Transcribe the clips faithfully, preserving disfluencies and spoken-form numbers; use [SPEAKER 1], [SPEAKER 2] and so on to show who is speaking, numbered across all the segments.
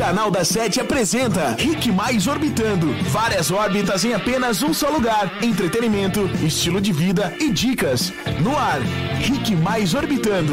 [SPEAKER 1] Canal da Sete apresenta Rick Mais Orbitando. Várias órbitas em apenas um só lugar. Entretenimento, estilo de vida e dicas. No ar, Rick Mais Orbitando.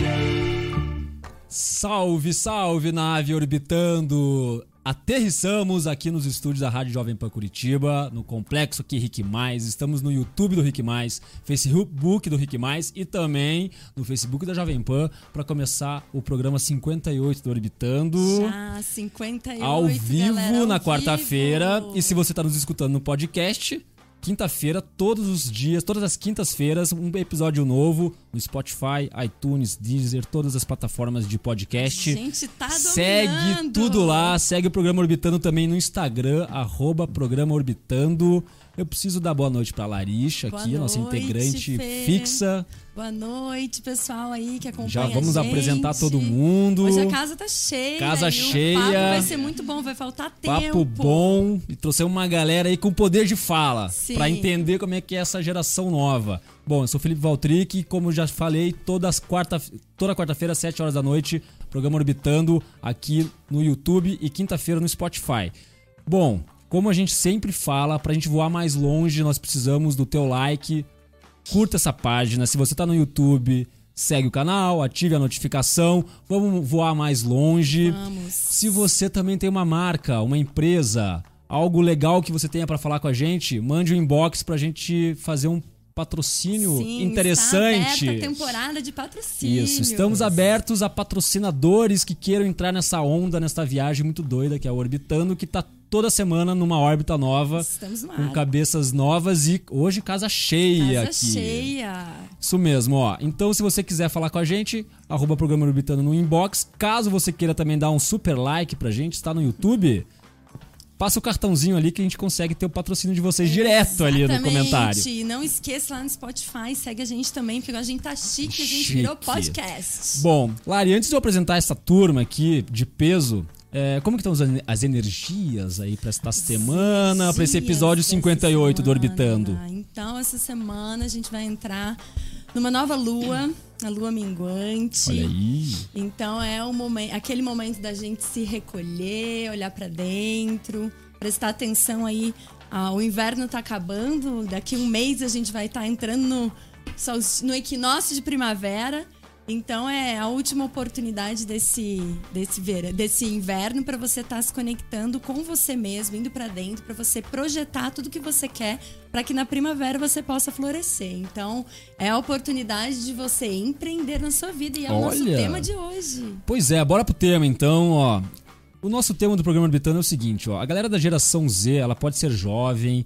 [SPEAKER 2] Salve, salve, nave orbitando! Aterrissamos aqui nos estúdios da Rádio Jovem Pan Curitiba, no complexo aqui Rick Mais. Estamos no YouTube do Rick Mais, Facebook do Rick Mais e também no Facebook da Jovem Pan para começar o programa cinquenta e oito do Orbitando.
[SPEAKER 3] Já, cinquenta e oito,
[SPEAKER 2] ao vivo,
[SPEAKER 3] galera, ao
[SPEAKER 2] na quarta-feira.
[SPEAKER 3] vivo.
[SPEAKER 2] E se você está nos escutando no podcast, quinta-feira, todos os dias, todas as quintas-feiras, um episódio novo no Spotify, iTunes, Deezer, todas as plataformas de podcast.
[SPEAKER 3] A gente tá dominando.
[SPEAKER 2] Segue tudo lá, segue o Programa Orbitando também no Instagram, arroba Programa Orbitando. Eu preciso dar boa noite pra Larisha
[SPEAKER 3] Boa
[SPEAKER 2] aqui,
[SPEAKER 3] noite,
[SPEAKER 2] nossa integrante
[SPEAKER 3] Fê.
[SPEAKER 2] fixa.
[SPEAKER 3] Boa noite, pessoal aí que acompanha
[SPEAKER 2] Já vamos
[SPEAKER 3] a gente.
[SPEAKER 2] apresentar todo mundo.
[SPEAKER 3] Hoje a casa tá cheia.
[SPEAKER 2] Casa
[SPEAKER 3] e
[SPEAKER 2] cheia.
[SPEAKER 3] O papo vai ser muito bom, vai faltar tempo.
[SPEAKER 2] Papo bom. E trouxemos uma galera aí com poder de fala.
[SPEAKER 3] Sim.
[SPEAKER 2] Pra entender como é que é essa geração nova. Bom, eu sou o Felipe Valtric e como já falei, todas quarta, toda quarta-feira, às sete horas da noite, programa Orbitando aqui no YouTube e quinta-feira no Spotify. Bom, como a gente sempre fala, pra gente voar mais longe, nós precisamos do teu like. Curta essa página. Se você tá no YouTube, segue o canal, ative a notificação. Vamos voar mais longe.
[SPEAKER 3] Vamos.
[SPEAKER 2] Se você também tem uma marca, uma empresa, algo legal que você tenha pra falar com a gente, mande um inbox pra gente fazer um patrocínio
[SPEAKER 3] Sim,
[SPEAKER 2] interessante.
[SPEAKER 3] Está aberta a temporada de patrocínio.
[SPEAKER 2] Isso, estamos abertos a patrocinadores que queiram entrar nessa onda, nessa viagem muito doida que é o Orbitando, que tá toda semana numa órbita nova,
[SPEAKER 3] Estamos no
[SPEAKER 2] com
[SPEAKER 3] ar.
[SPEAKER 2] cabeças novas e hoje casa cheia
[SPEAKER 3] Casa
[SPEAKER 2] aqui.
[SPEAKER 3] cheia.
[SPEAKER 2] Isso mesmo, ó. Então, se você quiser falar com a gente, arroba Programa Orbitando no inbox. Caso você queira também dar um super like pra gente, está no YouTube, passa o cartãozinho ali que a gente consegue ter o patrocínio de vocês direto ali no comentário.
[SPEAKER 3] E não esqueça lá no Spotify, segue a gente também, porque a gente tá chique, a gente
[SPEAKER 2] Chique.
[SPEAKER 3] virou podcast.
[SPEAKER 2] Bom, Lari, antes de eu apresentar essa turma aqui de peso, é, como que estão as- as energias aí pra esta semana, pra esse
[SPEAKER 3] Dias
[SPEAKER 2] episódio
[SPEAKER 3] dessa
[SPEAKER 2] cinquenta e oito do
[SPEAKER 3] semana.
[SPEAKER 2] Orbitando?
[SPEAKER 3] Então, essa semana a gente vai entrar numa nova lua, a lua minguante.
[SPEAKER 2] Olha aí.
[SPEAKER 3] Então é o momento, aquele momento da gente se recolher, olhar pra dentro, prestar atenção aí. Ah, o inverno tá acabando, daqui um mês a gente vai estar entrando no, solsti- no equinócio de primavera. Então é a última oportunidade desse desse ver, desse inverno para você estar se conectando com você mesmo, indo pra dentro, para você projetar tudo que você quer, para que na primavera você possa florescer. Então é a oportunidade de você empreender na sua vida e é o nosso
[SPEAKER 2] Olha.
[SPEAKER 3] tema de hoje.
[SPEAKER 2] Pois é, bora pro tema então, ó. O nosso tema do programa Orbitando é o seguinte, ó. A galera da geração Z, ela pode ser jovem,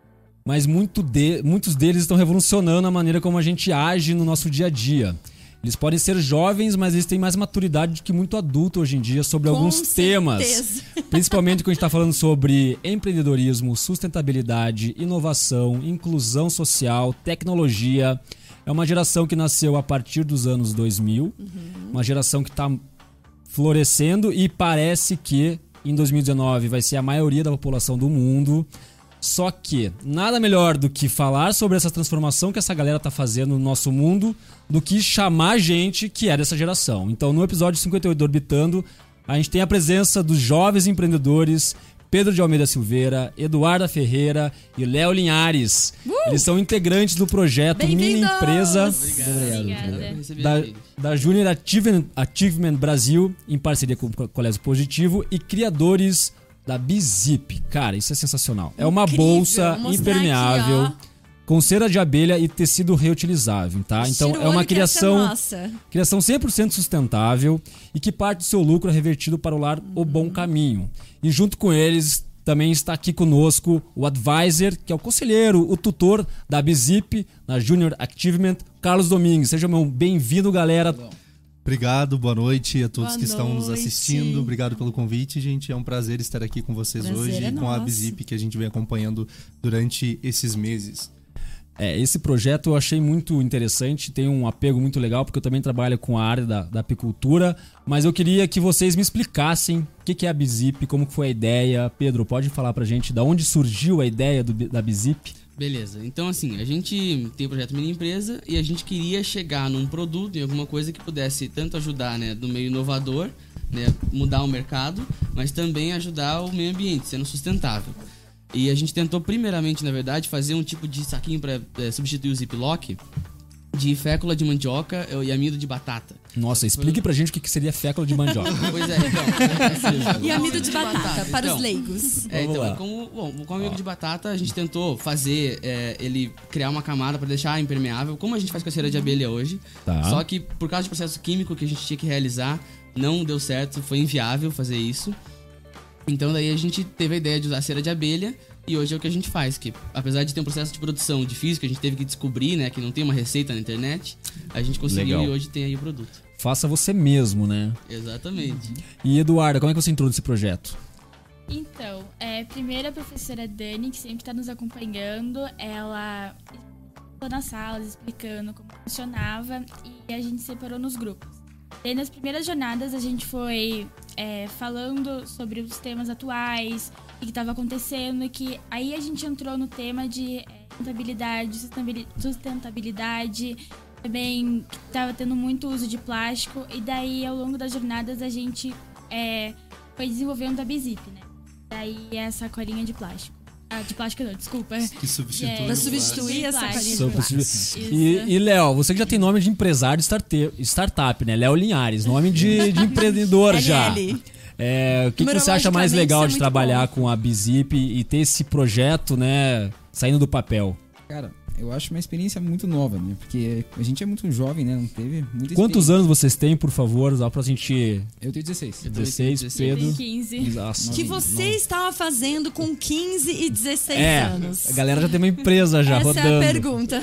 [SPEAKER 2] mas muito de, muitos deles estão revolucionando a maneira como a gente age no nosso dia a dia. Eles podem ser jovens, mas eles têm mais maturidade do que muito adulto hoje em dia sobre
[SPEAKER 3] Com
[SPEAKER 2] alguns temas.
[SPEAKER 3] certeza.
[SPEAKER 2] Principalmente quando a gente está falando sobre empreendedorismo, sustentabilidade, inovação, inclusão social, tecnologia. É uma geração que nasceu a partir dos anos dois mil.
[SPEAKER 3] Uhum.
[SPEAKER 2] Uma geração que está florescendo e parece que em dois mil e dezenove vai ser a maioria da população do mundo. Só que nada melhor do que falar sobre essa transformação que essa galera tá fazendo no nosso mundo do que chamar gente que é dessa geração. Então, no episódio cinquenta e oito do Orbitando, a gente tem a presença dos jovens empreendedores Pedro de Almeida Silveira, Eduarda Ferreira e Léo Linhares.
[SPEAKER 3] Uh!
[SPEAKER 2] Eles são integrantes do projeto Minha
[SPEAKER 3] Bem-vindos!
[SPEAKER 2] Empresa
[SPEAKER 4] Obrigada.
[SPEAKER 2] da, da Junior Achievement, Achievement Brasil, em parceria com o Colégio Positivo, e criadores da Bizip. Cara, isso é sensacional. É uma
[SPEAKER 3] Incrível.
[SPEAKER 2] bolsa
[SPEAKER 3] Vou mostrar
[SPEAKER 2] impermeável
[SPEAKER 3] aqui,
[SPEAKER 2] com cera de abelha e tecido reutilizável, tá? Então
[SPEAKER 3] Tira o
[SPEAKER 2] é uma
[SPEAKER 3] olho que essa é
[SPEAKER 2] criação,
[SPEAKER 3] nossa.
[SPEAKER 2] criação cem por cento sustentável e que parte do seu lucro é revertido para o lar O Bom Caminho. E junto com eles também está aqui conosco o advisor, que é o conselheiro, o tutor da Bizip, na Junior Achievement, Carlos Domingues. Seja bem-vindo, galera.
[SPEAKER 5] Obrigado, boa noite a todos
[SPEAKER 3] Boa
[SPEAKER 5] que estão nos
[SPEAKER 3] noite.
[SPEAKER 5] assistindo. Obrigado pelo convite, gente. É um prazer estar aqui com vocês
[SPEAKER 3] Prazer
[SPEAKER 5] hoje
[SPEAKER 3] é
[SPEAKER 5] e com a
[SPEAKER 3] nosso.
[SPEAKER 5] Bizip que a gente vem acompanhando durante esses meses.
[SPEAKER 2] É, esse projeto eu achei muito interessante, tem um apego muito legal, porque eu também trabalho com a área da, da apicultura, mas eu queria que vocês me explicassem o que, que é a Bizip, como que foi a ideia. Pedro, pode falar pra gente de onde surgiu a ideia do, da Bizip?
[SPEAKER 4] Beleza, então assim, a gente tem o projeto Minha Empresa e a gente queria chegar num produto, em alguma coisa que pudesse tanto ajudar, né, do meio inovador, né, mudar o mercado, mas também ajudar o meio ambiente, sendo sustentável. E a gente tentou primeiramente, na verdade, fazer um tipo de saquinho para é, substituir o ziplock de fécula de mandioca e amido de batata.
[SPEAKER 2] Nossa, explique pra gente o que seria fécula de mandioca.
[SPEAKER 4] Pois é, então.
[SPEAKER 3] E amido de batata, para
[SPEAKER 4] então,
[SPEAKER 3] os leigos.
[SPEAKER 4] É,
[SPEAKER 2] Vamos
[SPEAKER 4] então,
[SPEAKER 2] lá.
[SPEAKER 4] com, bom, com o amido de batata, a gente tentou fazer é, ele criar uma camada para deixar impermeável, como a gente faz com a cera de abelha hoje.
[SPEAKER 2] Tá.
[SPEAKER 4] Só que por causa do processo químico que a gente tinha que realizar, não deu certo, foi inviável fazer isso. Então daí a gente teve a ideia de usar cera de abelha. E hoje é o que a gente faz, que apesar de ter um processo de produção difícil, que a gente teve que descobrir, né, que não tem uma receita na internet, a gente conseguiu.
[SPEAKER 2] Legal.
[SPEAKER 4] E hoje tem aí o produto.
[SPEAKER 2] Faça você mesmo, né?
[SPEAKER 4] Exatamente.
[SPEAKER 2] E Eduarda, como é que você entrou nesse projeto?
[SPEAKER 6] Então, é, primeiro a professora Dani, que sempre está nos acompanhando, ela ficou nas salas explicando como funcionava e a gente separou nos grupos. E aí, nas primeiras jornadas a gente foi é, falando sobre os temas atuais, o que estava acontecendo, e que aí a gente entrou no tema de é, sustentabilidade, sustentabilidade, também que estava tendo muito uso de plástico, e daí ao longo das jornadas a gente é, foi desenvolvendo a Bizip, né? Daí essa colinha de plástico. Ah, de plástico não, desculpa.
[SPEAKER 5] Que substitui
[SPEAKER 6] É,
[SPEAKER 5] o
[SPEAKER 3] Pra substituir essa
[SPEAKER 6] plástico.
[SPEAKER 3] farinha
[SPEAKER 2] Sou
[SPEAKER 3] de plástico.
[SPEAKER 2] possível. E, e Léo, você que já tem nome de empresário de starte- startup, né? Léo Linhares, nome de, de empreendedor já.
[SPEAKER 3] L L.
[SPEAKER 2] É, o que, que você acha mais
[SPEAKER 3] Numerologicamente,
[SPEAKER 2] legal
[SPEAKER 3] isso é
[SPEAKER 2] de
[SPEAKER 3] muito
[SPEAKER 2] trabalhar
[SPEAKER 3] bom.
[SPEAKER 2] com a Bizip e ter esse projeto, né, saindo do papel?
[SPEAKER 7] Cara, eu acho uma experiência muito nova, né? Porque a gente é muito jovem, né? Não teve muita
[SPEAKER 2] Quantos
[SPEAKER 7] experiência.
[SPEAKER 2] anos vocês têm, por favor? Dá pra gente...
[SPEAKER 7] Eu tenho dezesseis.
[SPEAKER 4] Eu também
[SPEAKER 2] dezesseis,
[SPEAKER 4] tenho
[SPEAKER 6] Eu
[SPEAKER 2] Pedro...
[SPEAKER 6] tenho quinze.
[SPEAKER 2] Nossa,
[SPEAKER 3] Que você estava fazendo com quinze e dezesseis
[SPEAKER 2] É,
[SPEAKER 3] anos?
[SPEAKER 2] a galera já tem uma empresa já
[SPEAKER 3] Essa
[SPEAKER 2] rodando.
[SPEAKER 3] é a pergunta.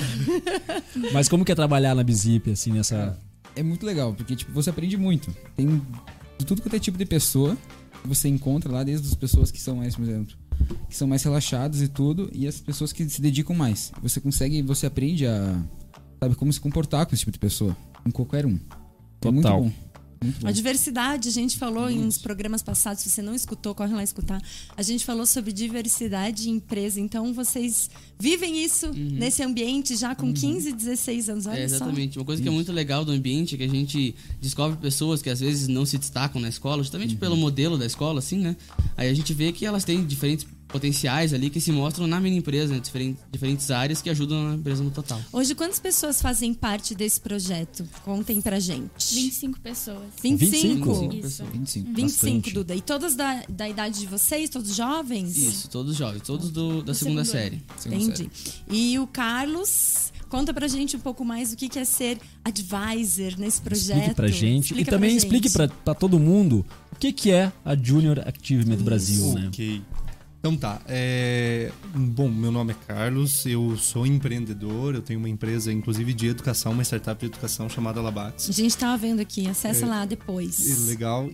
[SPEAKER 2] Mas como que é trabalhar na Bizip, assim, nessa...
[SPEAKER 7] É muito legal, porque tipo, você aprende muito. Tem de tudo quanto é tipo de pessoa que você encontra lá, desde as pessoas que são mais, por exemplo, que são mais relaxadas e tudo, e as pessoas que se dedicam mais. Você consegue, você aprende a, sabe, como se comportar com esse tipo de pessoa, com qualquer um. É muito
[SPEAKER 2] Total.
[SPEAKER 7] bom. Muito bom.
[SPEAKER 3] A diversidade, a gente falou em uns programas passados, se você não escutou, corre lá escutar. A gente falou sobre diversidade em empresa, então vocês vivem isso nesse ambiente já com quinze, dezesseis anos, olha
[SPEAKER 4] É,
[SPEAKER 3] só.
[SPEAKER 4] exatamente. Uma coisa que é muito legal do ambiente é que a gente descobre pessoas que às vezes não se destacam na escola, justamente pelo modelo da escola, assim, né? Aí a gente vê que elas têm diferentes potenciais ali que se mostram na mini empresa, né? Diferentes, diferentes áreas que ajudam a empresa no total.
[SPEAKER 3] Hoje, quantas pessoas fazem parte desse projeto? Contem pra gente.
[SPEAKER 6] vinte e cinco pessoas.
[SPEAKER 3] vinte e cinco?
[SPEAKER 4] vinte e cinco
[SPEAKER 6] Isso.
[SPEAKER 4] pessoas.
[SPEAKER 7] vinte e cinco.
[SPEAKER 3] vinte e cinco,
[SPEAKER 2] Bastante.
[SPEAKER 3] Duda. E todas da, da idade de vocês? Todos jovens?
[SPEAKER 4] Isso, todos jovens, todos do, da
[SPEAKER 6] Do
[SPEAKER 4] segunda
[SPEAKER 6] segundo
[SPEAKER 4] série.
[SPEAKER 7] Segunda
[SPEAKER 3] Entendi. E o Carlos, conta pra gente um pouco mais o que que é ser advisor nesse projeto.
[SPEAKER 2] Explique pra gente.
[SPEAKER 3] Explica
[SPEAKER 2] e também
[SPEAKER 3] pra
[SPEAKER 2] explique
[SPEAKER 3] gente.
[SPEAKER 2] pra, pra todo mundo o que, que é a Junior Achievement Brasil, né?
[SPEAKER 5] Ok. Então tá. É... Bom, meu nome é Carlos, eu sou empreendedor, eu tenho uma empresa, inclusive, de educação, uma startup de educação chamada Labax.
[SPEAKER 3] A gente tava vendo aqui, acessa
[SPEAKER 5] É,
[SPEAKER 3] lá depois.
[SPEAKER 5] Legal.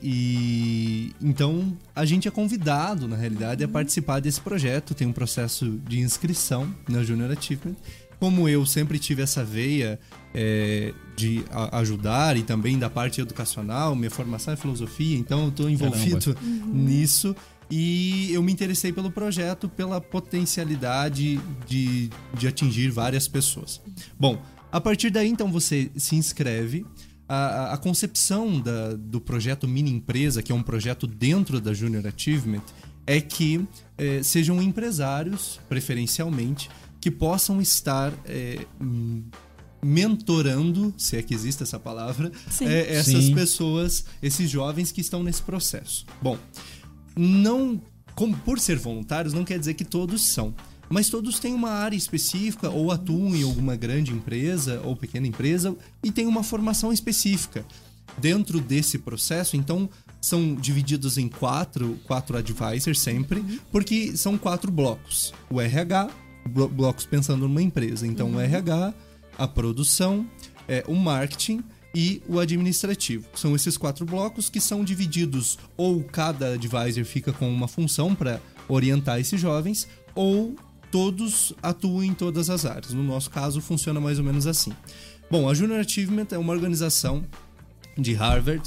[SPEAKER 5] E então a gente é convidado, na realidade, a participar desse projeto. Tem um processo de inscrição na Junior Achievement. Como eu sempre tive essa veia é, de a- ajudar e também da parte educacional, minha formação é filosofia, então eu estou envolvido nisso. E eu me interessei pelo projeto, pela potencialidade de, de atingir várias pessoas. Bom, a partir daí, então, você se inscreve. A, a- a concepção da- do projeto Mini Empresa, que é um projeto dentro da Junior Achievement, é que eh, sejam empresários, preferencialmente, que possam estar eh, hum, mentorando, se é que existe essa palavra,
[SPEAKER 3] Sim.
[SPEAKER 5] eh, essas
[SPEAKER 2] Sim.
[SPEAKER 5] pessoas, esses jovens que estão nesse processo. Bom, não, como, por ser voluntários, não quer dizer que todos são. Mas todos têm uma área específica, ou atuam em alguma grande empresa ou pequena empresa, e têm uma formação específica. Dentro desse processo, então, são divididos em quatro, quatro advisors sempre, porque são quatro blocos. O R H, blo- blocos pensando numa empresa. Então, o R H, a produção, é, o marketing e o administrativo. São esses quatro blocos que são divididos, ou cada advisor fica com uma função para orientar esses jovens, ou todos atuam em todas as áreas. No nosso caso, funciona mais ou menos assim. Bom, a Junior Achievement é uma organização de Harvard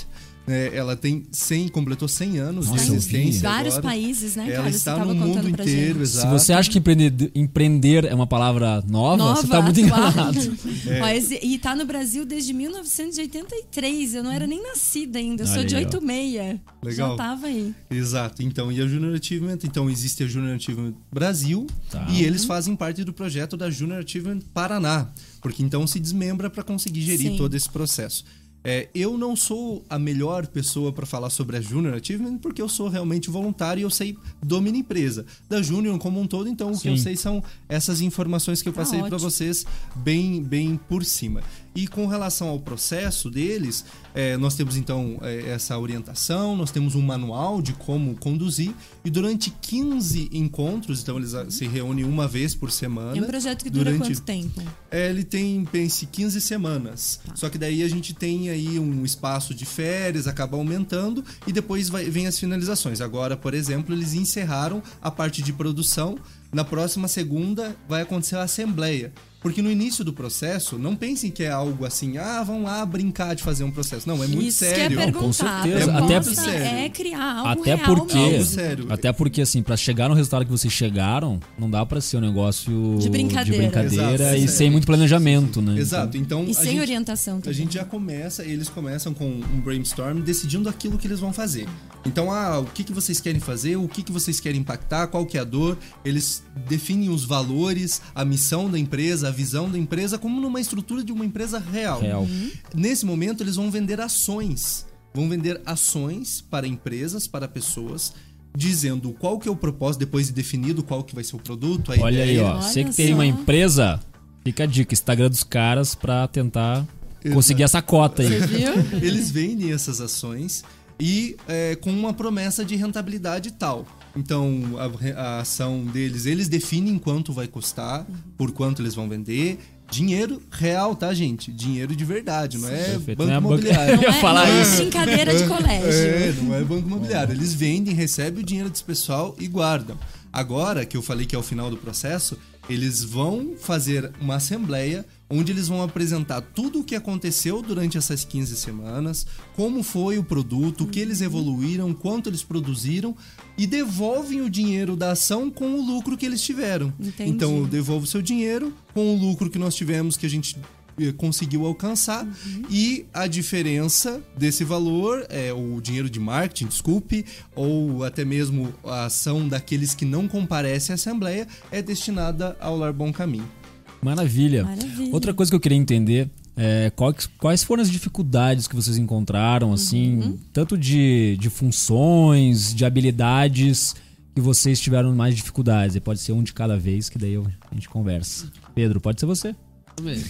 [SPEAKER 5] É, ela tem cem, completou cem anos
[SPEAKER 2] Nossa,
[SPEAKER 5] de
[SPEAKER 2] eu vi.
[SPEAKER 5] existência.
[SPEAKER 3] Vários
[SPEAKER 5] agora.
[SPEAKER 3] países, né,
[SPEAKER 5] Ela
[SPEAKER 3] Carlos?
[SPEAKER 5] está
[SPEAKER 3] Você
[SPEAKER 5] no
[SPEAKER 3] tava
[SPEAKER 5] mundo
[SPEAKER 3] contando pra
[SPEAKER 5] inteiro,
[SPEAKER 3] gente.
[SPEAKER 2] Se
[SPEAKER 5] exato.
[SPEAKER 2] você acha que empreender, empreender é uma palavra nova,
[SPEAKER 3] Nova,
[SPEAKER 2] você tá muito
[SPEAKER 3] atual.
[SPEAKER 2] enganado.
[SPEAKER 5] É.
[SPEAKER 3] Ó, esse- e tá no Brasil desde mil novecentos e oitenta e três. Eu não era nem nascida ainda. Eu sou
[SPEAKER 2] Olha
[SPEAKER 3] de
[SPEAKER 2] aí, ó.
[SPEAKER 3] oitenta e seis.
[SPEAKER 5] Legal.
[SPEAKER 3] Já tava aí.
[SPEAKER 5] Exato. Então, e a Junior Achievement? Então, existe a Junior Achievement Brasil
[SPEAKER 2] Tá.
[SPEAKER 5] e eles fazem parte do projeto da Junior Achievement Paraná, porque então se desmembra para conseguir gerir
[SPEAKER 3] Sim.
[SPEAKER 5] todo esse processo. É, eu não sou a melhor pessoa para falar sobre a Junior Achievement, porque eu sou realmente voluntário e eu sei do mini empresa. Da Junior como um todo, então o que eu
[SPEAKER 2] Sim.
[SPEAKER 5] sei são essas informações que eu
[SPEAKER 3] Tá
[SPEAKER 5] passei para
[SPEAKER 3] ótimo.
[SPEAKER 5] vocês bem, bem por cima. E com relação ao processo deles, é, nós temos então é, essa orientação, nós temos um manual de como conduzir, e durante quinze encontros, então eles ah, se reúnem uma vez por semana.
[SPEAKER 3] É um projeto que dura
[SPEAKER 5] durante-
[SPEAKER 3] quanto tempo?
[SPEAKER 5] É, ele tem, pense, quinze semanas.
[SPEAKER 3] Tá.
[SPEAKER 5] Só que daí a gente tem aí um espaço de férias, acaba aumentando, e depois vai, vem as finalizações. Agora, por exemplo, eles encerraram a parte de produção. Na próxima segunda vai acontecer a assembleia. Porque no início do processo, não pensem que é algo assim, ah, vão lá brincar de fazer um processo. Não, é muito
[SPEAKER 3] Isso
[SPEAKER 5] sério.
[SPEAKER 3] que é
[SPEAKER 2] Não,
[SPEAKER 3] perguntar.
[SPEAKER 2] com certeza.
[SPEAKER 3] A
[SPEAKER 2] Até-
[SPEAKER 3] proposta é criar algo
[SPEAKER 2] Até
[SPEAKER 3] real
[SPEAKER 2] porque,
[SPEAKER 3] mesmo.
[SPEAKER 5] Algo sério.
[SPEAKER 2] até porque assim, pra chegar no resultado que vocês chegaram, não dá pra ser um negócio
[SPEAKER 3] De brincadeira.
[SPEAKER 2] brincadeira
[SPEAKER 5] Exato,
[SPEAKER 2] e
[SPEAKER 5] é.
[SPEAKER 2] sem muito planejamento, né?
[SPEAKER 5] Exato. Então,
[SPEAKER 3] E
[SPEAKER 5] a
[SPEAKER 3] sem
[SPEAKER 5] gente-
[SPEAKER 3] orientação
[SPEAKER 5] A
[SPEAKER 3] também.
[SPEAKER 5] gente já começa, eles começam com um brainstorm decidindo aquilo que eles vão fazer. Então, ah, o que, que vocês querem fazer, o que, que vocês querem impactar, qual que é a dor. Eles definem os valores, a missão da empresa, a visão da empresa, como numa estrutura de uma empresa real.
[SPEAKER 2] Real.
[SPEAKER 5] Nesse momento, eles vão vender ações. Vão vender ações para empresas, para pessoas, dizendo qual que é o propósito, depois de definido qual que vai ser o produto, a
[SPEAKER 2] Olha aí,
[SPEAKER 5] ideia.
[SPEAKER 2] ó.
[SPEAKER 3] Olha
[SPEAKER 2] Você que tem
[SPEAKER 3] só.
[SPEAKER 2] uma empresa, fica a dica, Instagram dos caras pra tentar conseguir essa cota aí.
[SPEAKER 3] Você viu?
[SPEAKER 5] Eles vendem essas ações e é, com uma promessa de rentabilidade tal. Então, a, re- a ação deles, eles definem quanto vai custar, por quanto eles vão vender. Dinheiro real, tá, gente? Dinheiro de verdade, não é
[SPEAKER 2] Perfeito.
[SPEAKER 5] banco
[SPEAKER 2] Não é banco-
[SPEAKER 5] imobiliário.
[SPEAKER 2] Eu ia
[SPEAKER 3] Não é,
[SPEAKER 2] falar
[SPEAKER 3] não é
[SPEAKER 2] isso.
[SPEAKER 3] brincadeira de colégio.
[SPEAKER 5] É, não é banco imobiliário. Eles vendem, recebem o dinheiro desse pessoal e guardam. Agora, que eu falei que é o final do processo, eles vão fazer uma assembleia onde eles vão apresentar tudo o que aconteceu durante essas quinze semanas, como foi o produto, o que eles evoluíram, quanto eles produziram e devolvem o dinheiro da ação com o lucro que eles tiveram.
[SPEAKER 3] Entendi.
[SPEAKER 5] Então, eu devolvo o seu dinheiro com o lucro que nós tivemos, que a gente eh, conseguiu alcançar, e a diferença desse valor é o dinheiro de marketing, desculpe, ou até mesmo a ação daqueles que não comparecem à assembleia é destinada ao Lar Bom Caminho.
[SPEAKER 2] Maravilha.
[SPEAKER 3] Maravilha.
[SPEAKER 2] Outra coisa que eu queria entender é quais, quais foram as dificuldades que vocês encontraram, assim,
[SPEAKER 3] Uhum.
[SPEAKER 2] tanto de, de funções, de habilidades que vocês tiveram mais dificuldades. E pode ser um de cada vez, que daí eu- a gente conversa. Pedro, pode ser você?
[SPEAKER 4] Vamos ver.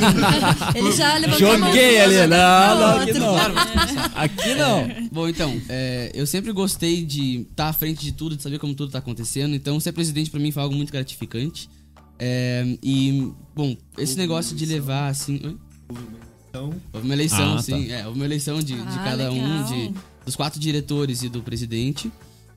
[SPEAKER 3] Ele já levantou a mão.
[SPEAKER 2] Joguei ali, não, não,
[SPEAKER 3] Outro.
[SPEAKER 2] aqui não. Aqui não.
[SPEAKER 4] Bom, então, é, eu sempre gostei de estar à frente de tudo, de saber como tudo tá acontecendo. Então, ser presidente pra mim foi algo muito gratificante. É, e, bom, esse negócio de levar, assim... Oi?
[SPEAKER 5] Então,
[SPEAKER 4] Houve uma eleição,
[SPEAKER 2] Ah,
[SPEAKER 4] sim. É, houve uma eleição de, de
[SPEAKER 3] Ah,
[SPEAKER 4] cada um,
[SPEAKER 3] legal.
[SPEAKER 4] de, dos quatro diretores e do presidente.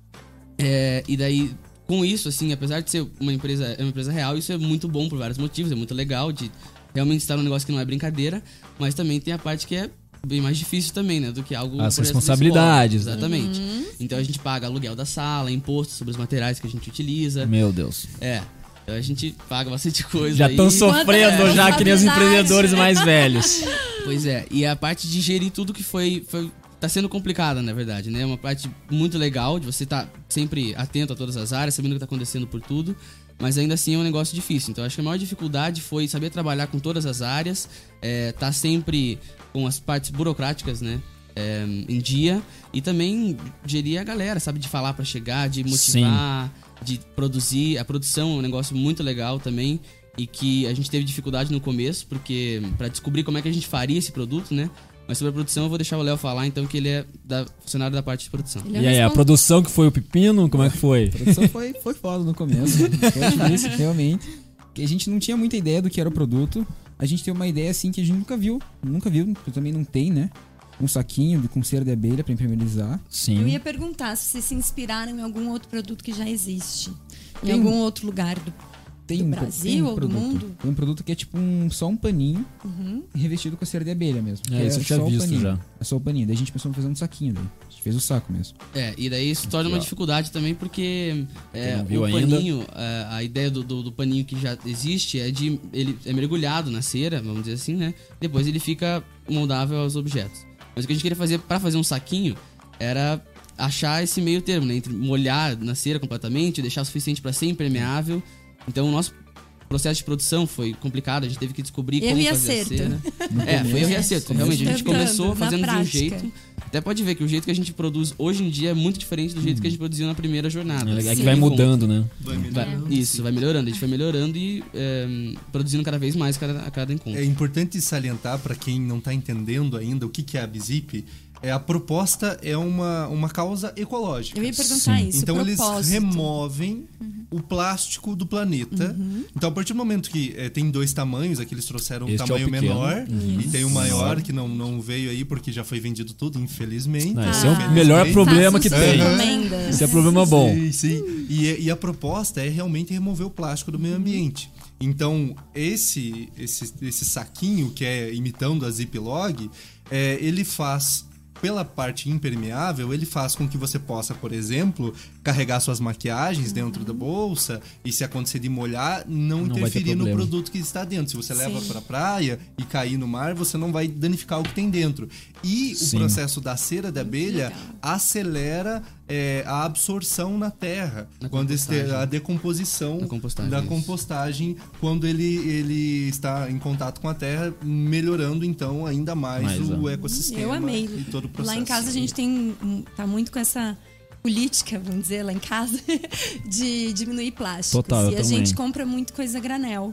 [SPEAKER 4] É, e daí, com isso, assim, apesar de ser uma empresa, é uma empresa real, isso é muito bom por vários motivos, é muito legal de realmente estar num negócio que não é brincadeira, mas também tem a parte que é bem mais difícil também, né, do que algo...
[SPEAKER 2] As
[SPEAKER 4] por exemplo,
[SPEAKER 2] responsabilidades,
[SPEAKER 4] desse
[SPEAKER 2] né?
[SPEAKER 4] Exatamente. Então a gente paga aluguel da sala, imposto sobre os materiais que a gente utiliza.
[SPEAKER 2] Meu Deus.
[SPEAKER 4] É, então a gente paga bastante coisa
[SPEAKER 2] Já
[SPEAKER 4] aí.
[SPEAKER 2] estão sofrendo já que nem os
[SPEAKER 3] responsabilidade.
[SPEAKER 2] empreendedores mais velhos.
[SPEAKER 4] Pois é, e a parte de gerir tudo que foi, foi tá sendo complicada, na verdade, né? É uma parte muito legal de você estar sempre atento a todas as áreas, sabendo o que tá acontecendo por tudo, mas ainda assim é um negócio difícil. Então acho que a maior dificuldade foi saber trabalhar com todas as áreas, é, tá sempre com as partes burocráticas, né? É, em dia, e também gerir a galera, sabe? De falar pra chegar, de motivar, de produzir. A produção é um negócio muito legal também, e que a gente teve dificuldade no começo, porque pra descobrir como é que a gente faria esse produto, né? Mas sobre a produção eu vou deixar o Léo falar, então, que ele é da, funcionário da parte de produção.
[SPEAKER 3] Ele é
[SPEAKER 2] E aí, a
[SPEAKER 3] respons-
[SPEAKER 2] produção que foi o pepino, como é que foi?
[SPEAKER 7] A produção foi, foi foda no começo. Foi difícil, realmente. Que a gente não tinha muita ideia do que era o produto. A gente tem uma ideia assim que a gente nunca viu. Nunca viu, eu também não tem, né? Um saquinho de- com cera de abelha pra impermeabilizar.
[SPEAKER 2] Sim.
[SPEAKER 3] Eu ia perguntar se vocês se inspiraram em algum outro produto que já existe. Em
[SPEAKER 7] Tem.
[SPEAKER 3] algum outro lugar do
[SPEAKER 7] Tem
[SPEAKER 3] do
[SPEAKER 7] um,
[SPEAKER 3] Brasil
[SPEAKER 7] tem um
[SPEAKER 3] ou do
[SPEAKER 7] produto,
[SPEAKER 3] mundo?
[SPEAKER 7] Tem um produto que é tipo um, só um paninho
[SPEAKER 3] Uhum.
[SPEAKER 7] revestido com a cera de abelha mesmo.
[SPEAKER 2] É,
[SPEAKER 7] que
[SPEAKER 2] isso eu tinha
[SPEAKER 7] só o
[SPEAKER 2] visto
[SPEAKER 7] paninho.
[SPEAKER 2] já.
[SPEAKER 7] É só o paninho. Daí a gente pensou em fazer um saquinho daí. A gente fez o saco mesmo.
[SPEAKER 4] É, e daí isso torna uma dificuldade também porque é,
[SPEAKER 2] não viu
[SPEAKER 4] o
[SPEAKER 2] ainda.
[SPEAKER 4] paninho, é, a ideia do, do, do paninho que já existe é de ele é mergulhado na cera, vamos dizer assim, né? Depois ele fica moldável aos objetos. Mas o que a gente queria fazer para fazer um saquinho era achar esse meio termo, né? Entre molhar na cera completamente, deixar o suficiente para ser impermeável. Então o nosso processo de produção foi complicado, a gente teve que descobrir
[SPEAKER 3] Erro
[SPEAKER 4] como
[SPEAKER 3] e
[SPEAKER 4] fazer
[SPEAKER 3] acerto.
[SPEAKER 4] a cera. É, foi erro e acerto. Realmente, a gente
[SPEAKER 3] Tentando,
[SPEAKER 4] começou
[SPEAKER 3] na
[SPEAKER 4] fazendo de um
[SPEAKER 3] prática.
[SPEAKER 4] jeito. Até pode ver que o jeito que a gente produz hoje em dia é muito diferente do jeito que a gente produziu na primeira jornada.
[SPEAKER 2] É que
[SPEAKER 4] Sim.
[SPEAKER 2] vai mudando, né?
[SPEAKER 5] Vai
[SPEAKER 4] Vai-
[SPEAKER 5] melhorando.
[SPEAKER 4] isso, vai melhorando. A gente vai melhorando e é, produzindo cada vez mais cada, a cada encontro.
[SPEAKER 5] É importante salientar para quem não está entendendo ainda o que que é a Bizip. É, a proposta é uma, uma causa ecológica.
[SPEAKER 3] Eu ia perguntar
[SPEAKER 2] Sim.
[SPEAKER 3] isso.
[SPEAKER 5] Então
[SPEAKER 3] o
[SPEAKER 5] eles
[SPEAKER 3] propósito.
[SPEAKER 5] removem o plástico do planeta. Então a partir do momento que é, tem dois tamanhos, aqui eles trouxeram um
[SPEAKER 2] Este é o
[SPEAKER 5] tamanho
[SPEAKER 2] pequeno.
[SPEAKER 5] menor e tem o maior
[SPEAKER 2] Maior.
[SPEAKER 5] que não, não veio aí porque já foi vendido tudo, infelizmente.
[SPEAKER 2] Não,
[SPEAKER 3] Ah.
[SPEAKER 2] esse é o
[SPEAKER 5] Infelizmente.
[SPEAKER 2] melhor problema
[SPEAKER 3] Façam
[SPEAKER 2] que
[SPEAKER 3] suas
[SPEAKER 2] tem.
[SPEAKER 3] encomendas.
[SPEAKER 2] Esse é problema bom.
[SPEAKER 5] Sim, sim. E, e a proposta é realmente remover o plástico do meio ambiente. Então, esse, esse, esse saquinho, que é imitando a Ziploc, é, ele faz, pela parte impermeável, ele faz com que você possa, por exemplo, carregar suas maquiagens dentro da bolsa e, se acontecer de molhar, não,
[SPEAKER 2] Não vai ter
[SPEAKER 5] interferir no
[SPEAKER 2] problema.
[SPEAKER 5] produto que está dentro. Se você leva
[SPEAKER 3] Sim.
[SPEAKER 5] pra praia e cair no mar, você não vai danificar o que tem dentro. E
[SPEAKER 2] Sim.
[SPEAKER 5] o processo da cera de abelha acelera é, a absorção na terra,
[SPEAKER 4] Na
[SPEAKER 5] quando este,
[SPEAKER 4] compostagem.
[SPEAKER 5] a decomposição
[SPEAKER 4] Na compostagem,
[SPEAKER 5] da
[SPEAKER 4] isso.
[SPEAKER 5] compostagem, quando ele, ele está em contato com a terra, melhorando então ainda mais,
[SPEAKER 2] Mais,
[SPEAKER 5] o
[SPEAKER 2] ó.
[SPEAKER 5] ecossistema
[SPEAKER 3] Eu amei.
[SPEAKER 5] e todo o processo.
[SPEAKER 3] Lá em casa a gente tem um- tá muito com essa política, vamos dizer, lá em casa, de diminuir plásticos.
[SPEAKER 2] Total, eu
[SPEAKER 3] e a
[SPEAKER 2] também.
[SPEAKER 3] gente compra muito coisa a granel.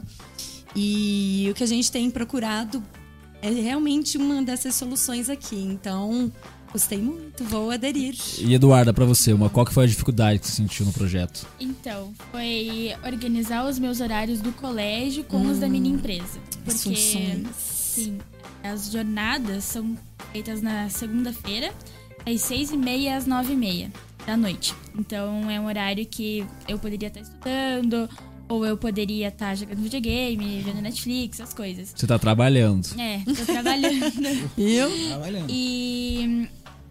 [SPEAKER 3] E o que a gente tem procurado é realmente uma dessas soluções aqui. Então, gostei muito, vou aderir.
[SPEAKER 2] E Eduarda, pra você, uma, qual que foi a dificuldade que você sentiu no projeto?
[SPEAKER 6] Então, foi organizar os meus horários do colégio com os da minha empresa.
[SPEAKER 3] As
[SPEAKER 6] Porque,
[SPEAKER 3] funções.
[SPEAKER 6] sim, as jornadas são feitas na segunda-feira, das seis e meia às nove e meia da noite. Então, é um horário que eu poderia estar estudando, ou eu poderia estar jogando videogame, vendo Netflix, as coisas.
[SPEAKER 2] Você tá trabalhando.
[SPEAKER 6] É, tô trabalhando.
[SPEAKER 3] Eu?
[SPEAKER 7] Trabalhando.
[SPEAKER 6] E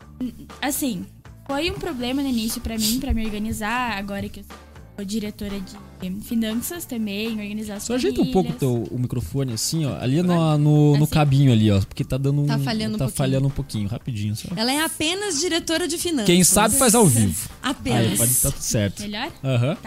[SPEAKER 6] assim, foi um problema no início pra mim, pra me organizar, agora que eu sou diretora de finanças também, organizar as
[SPEAKER 2] Só ajeita um pouco o,
[SPEAKER 6] famílias.
[SPEAKER 2] teu, o microfone assim, ó. Ali no, no, no
[SPEAKER 6] Assim?
[SPEAKER 2] cabinho ali, ó. Porque tá dando um.
[SPEAKER 3] Tá falhando um
[SPEAKER 2] Tá
[SPEAKER 3] pouquinho.
[SPEAKER 2] falhando um pouquinho, rapidinho. Só.
[SPEAKER 3] Ela é apenas diretora de finanças.
[SPEAKER 2] Quem sabe faz ao vivo. Aí,
[SPEAKER 3] Apenas.
[SPEAKER 2] pode estar tudo certo.
[SPEAKER 6] Melhor?
[SPEAKER 2] Aham.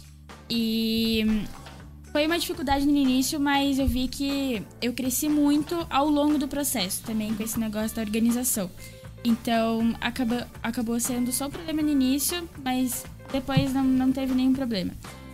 [SPEAKER 6] E foi uma dificuldade no início, mas eu vi que eu cresci muito ao longo do processo também com esse negócio da organização. Então, acabou, acabou sendo só um problema no início, mas depois não, não teve nenhum problema.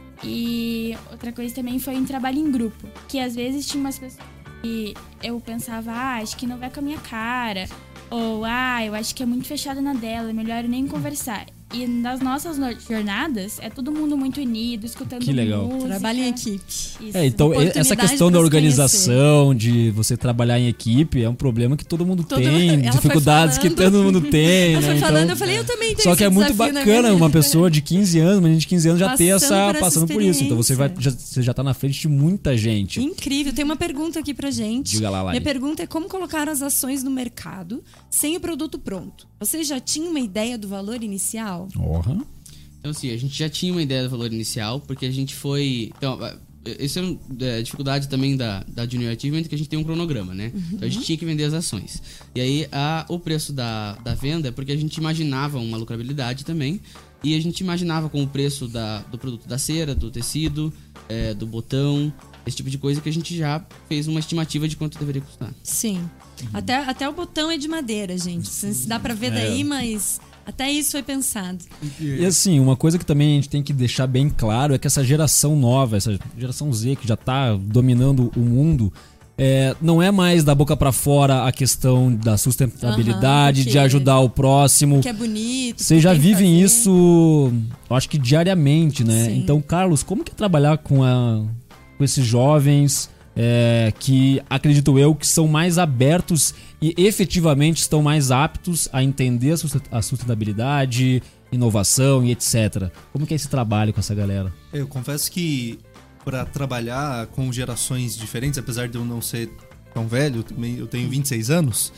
[SPEAKER 6] E outra coisa também foi em trabalho em grupo, que às vezes tinha umas pessoas que eu pensava, ah, acho que não vai com a minha cara, ou ah, eu acho que é muito fechada na dela, é melhor eu nem conversar. E nas nossas no- jornadas, é todo mundo muito unido, escutando
[SPEAKER 2] Que legal.
[SPEAKER 6] música.
[SPEAKER 3] Trabalho em equipe.
[SPEAKER 6] Isso.
[SPEAKER 2] É, então e- essa
[SPEAKER 3] Oportunidade
[SPEAKER 2] questão
[SPEAKER 3] pra
[SPEAKER 2] da
[SPEAKER 3] se
[SPEAKER 2] organização, de você trabalhar em equipe, é um problema que todo mundo
[SPEAKER 3] Todo-
[SPEAKER 2] tem,
[SPEAKER 3] ela foi
[SPEAKER 2] dificuldades que
[SPEAKER 3] falando.
[SPEAKER 2] todo mundo tem,
[SPEAKER 3] Ela
[SPEAKER 2] né?
[SPEAKER 3] foi
[SPEAKER 2] Então,
[SPEAKER 3] falando, eu falei, eu também tenho
[SPEAKER 2] só que
[SPEAKER 3] esse
[SPEAKER 2] é muito
[SPEAKER 3] desafio na
[SPEAKER 2] bacana
[SPEAKER 3] minha
[SPEAKER 2] uma
[SPEAKER 3] vida.
[SPEAKER 2] pessoa de quinze anos, uma menina de quinze anos já ter
[SPEAKER 3] Passando
[SPEAKER 2] essa
[SPEAKER 3] por essa
[SPEAKER 2] passando por isso. Então você vai
[SPEAKER 3] experiência.
[SPEAKER 2] já, você já tá na frente de muita gente.
[SPEAKER 3] Incrível. Tem uma pergunta aqui pra gente.
[SPEAKER 2] Diga lá, Lari.
[SPEAKER 3] Minha pergunta é como colocar as ações no mercado sem o produto pronto? Você já tinha uma ideia do valor inicial?
[SPEAKER 2] Orra.
[SPEAKER 4] Então, assim, a gente já tinha uma ideia do valor inicial, porque a gente foi. Então, essa é a dificuldade também da, da Junior Achievement, que a gente tem um cronograma, né? Então a gente tinha que vender as ações. E aí a, o preço da, da venda é porque a gente imaginava uma lucrabilidade também. E a gente imaginava com o preço da, do produto da cera, do tecido, é, do botão, esse tipo de coisa que a gente já fez uma estimativa de quanto deveria custar.
[SPEAKER 3] Sim. Até, até o botão é de madeira, gente. Não sei se dá pra ver
[SPEAKER 2] É.
[SPEAKER 3] daí, mas até isso foi pensado.
[SPEAKER 2] E assim, uma coisa que também a gente tem que deixar bem claro é que essa geração nova, essa geração Z que já tá dominando o mundo, é, não é mais da boca pra fora a questão da sustentabilidade,
[SPEAKER 3] Aham,
[SPEAKER 2] de
[SPEAKER 3] que-
[SPEAKER 2] ajudar o próximo.
[SPEAKER 3] Que é bonito.
[SPEAKER 2] Vocês
[SPEAKER 3] que
[SPEAKER 2] já
[SPEAKER 3] tem que
[SPEAKER 2] vivem
[SPEAKER 3] fazer.
[SPEAKER 2] isso, eu acho que diariamente, né?
[SPEAKER 3] Sim.
[SPEAKER 2] Então, Carlos, como que é trabalhar com, a, com esses jovens é, que, acredito eu, que são mais abertos e efetivamente estão mais aptos a entender a sustent- a sustentabilidade, inovação e etcétera. Como que é esse trabalho com essa galera?
[SPEAKER 5] Eu confesso que para trabalhar com gerações diferentes, apesar de eu não ser tão velho, eu tenho vinte e seis anos.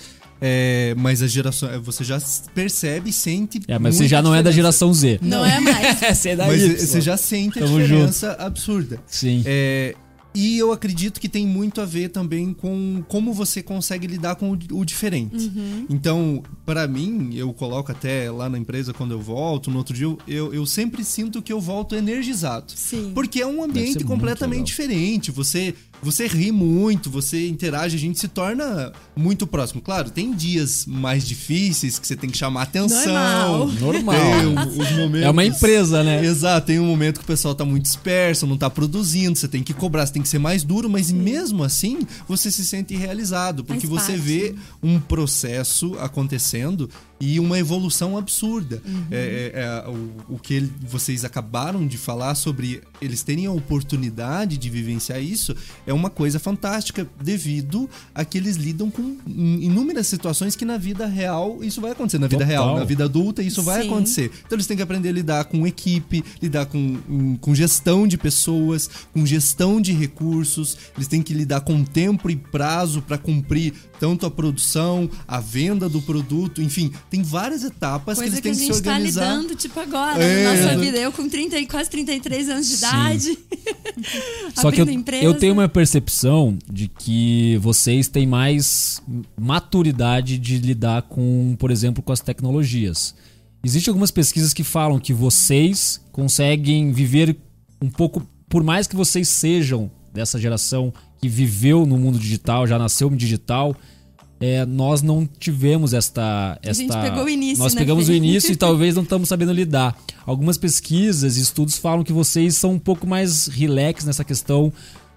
[SPEAKER 5] É, mas a geração, você já percebe e sente.
[SPEAKER 2] É, mas você já não é da geração Z.
[SPEAKER 3] Não é mais.
[SPEAKER 2] Você é da
[SPEAKER 5] Mas
[SPEAKER 2] Y.
[SPEAKER 5] você já sente a
[SPEAKER 2] Tamo
[SPEAKER 5] diferença absurda.
[SPEAKER 2] Sim.
[SPEAKER 5] É, e eu acredito que tem muito a ver também com como você consegue lidar com o, o diferente.
[SPEAKER 3] Uhum.
[SPEAKER 5] Então, para mim, eu coloco até lá na empresa quando eu volto, no outro dia, eu, eu sempre sinto que eu volto energizado.
[SPEAKER 3] Sim.
[SPEAKER 5] Porque é um
[SPEAKER 2] Deve
[SPEAKER 5] ambiente
[SPEAKER 2] ser
[SPEAKER 5] completamente
[SPEAKER 2] muito
[SPEAKER 5] diferente. Você, você ri muito, você interage, a gente se torna muito próximo. Claro, tem dias mais difíceis que você tem que chamar atenção.
[SPEAKER 3] Normal.
[SPEAKER 2] Normal.
[SPEAKER 5] Tem os momentos...
[SPEAKER 2] É uma empresa, né?
[SPEAKER 5] Exato, tem um momento que o pessoal tá muito disperso, não tá produzindo, você tem que cobrar, você tem que ser mais duro, mas mesmo assim você se sente realizado, porque
[SPEAKER 3] Faz
[SPEAKER 5] você
[SPEAKER 3] parte.
[SPEAKER 5] vê um processo acontecendo e uma evolução absurda.
[SPEAKER 3] Uhum.
[SPEAKER 5] É, é, é, o, o que ele- vocês acabaram de falar sobre eles terem a oportunidade de vivenciar isso é uma coisa fantástica, devido a que eles lidam com inúmeras situações que na vida real isso vai acontecer. Na vida
[SPEAKER 2] Total.
[SPEAKER 5] real, na vida adulta isso vai
[SPEAKER 3] Sim.
[SPEAKER 5] acontecer. Então eles têm que aprender a lidar com equipe, lidar com, com- com gestão de pessoas, com gestão de recursos, eles têm que lidar com tempo e prazo para cumprir tanto a produção, a venda do produto, enfim, tem várias etapas
[SPEAKER 3] Coisa
[SPEAKER 5] que
[SPEAKER 3] que a
[SPEAKER 5] eles têm que,
[SPEAKER 3] gente
[SPEAKER 5] se
[SPEAKER 3] tá
[SPEAKER 5] organizar.
[SPEAKER 3] lidando, tipo, agora,
[SPEAKER 5] É,
[SPEAKER 3] na nossa
[SPEAKER 5] exato.
[SPEAKER 3] vida. Eu com trinta, e quase trinta e três anos de
[SPEAKER 2] Sim.
[SPEAKER 3] idade.
[SPEAKER 2] Só que eu,
[SPEAKER 3] abrindo empresa.
[SPEAKER 2] eu tenho uma percepção de que vocês têm mais maturidade de lidar com, por exemplo, com as tecnologias. Existem algumas pesquisas que falam que vocês conseguem viver um pouco, por mais que vocês sejam dessa geração que viveu no mundo digital, já nasceu no digital, é, nós não tivemos esta, esta...
[SPEAKER 3] A gente pegou o início,
[SPEAKER 2] Nós
[SPEAKER 3] né,
[SPEAKER 2] pegamos
[SPEAKER 3] Fê?
[SPEAKER 2] o início e talvez não estamos sabendo lidar. Algumas pesquisas e estudos falam que vocês são um pouco mais relax nessa questão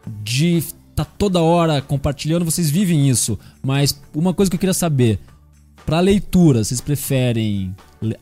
[SPEAKER 2] de tá toda hora compartilhando, vocês vivem isso. Mas uma coisa que eu queria saber, para leitura, vocês preferem le-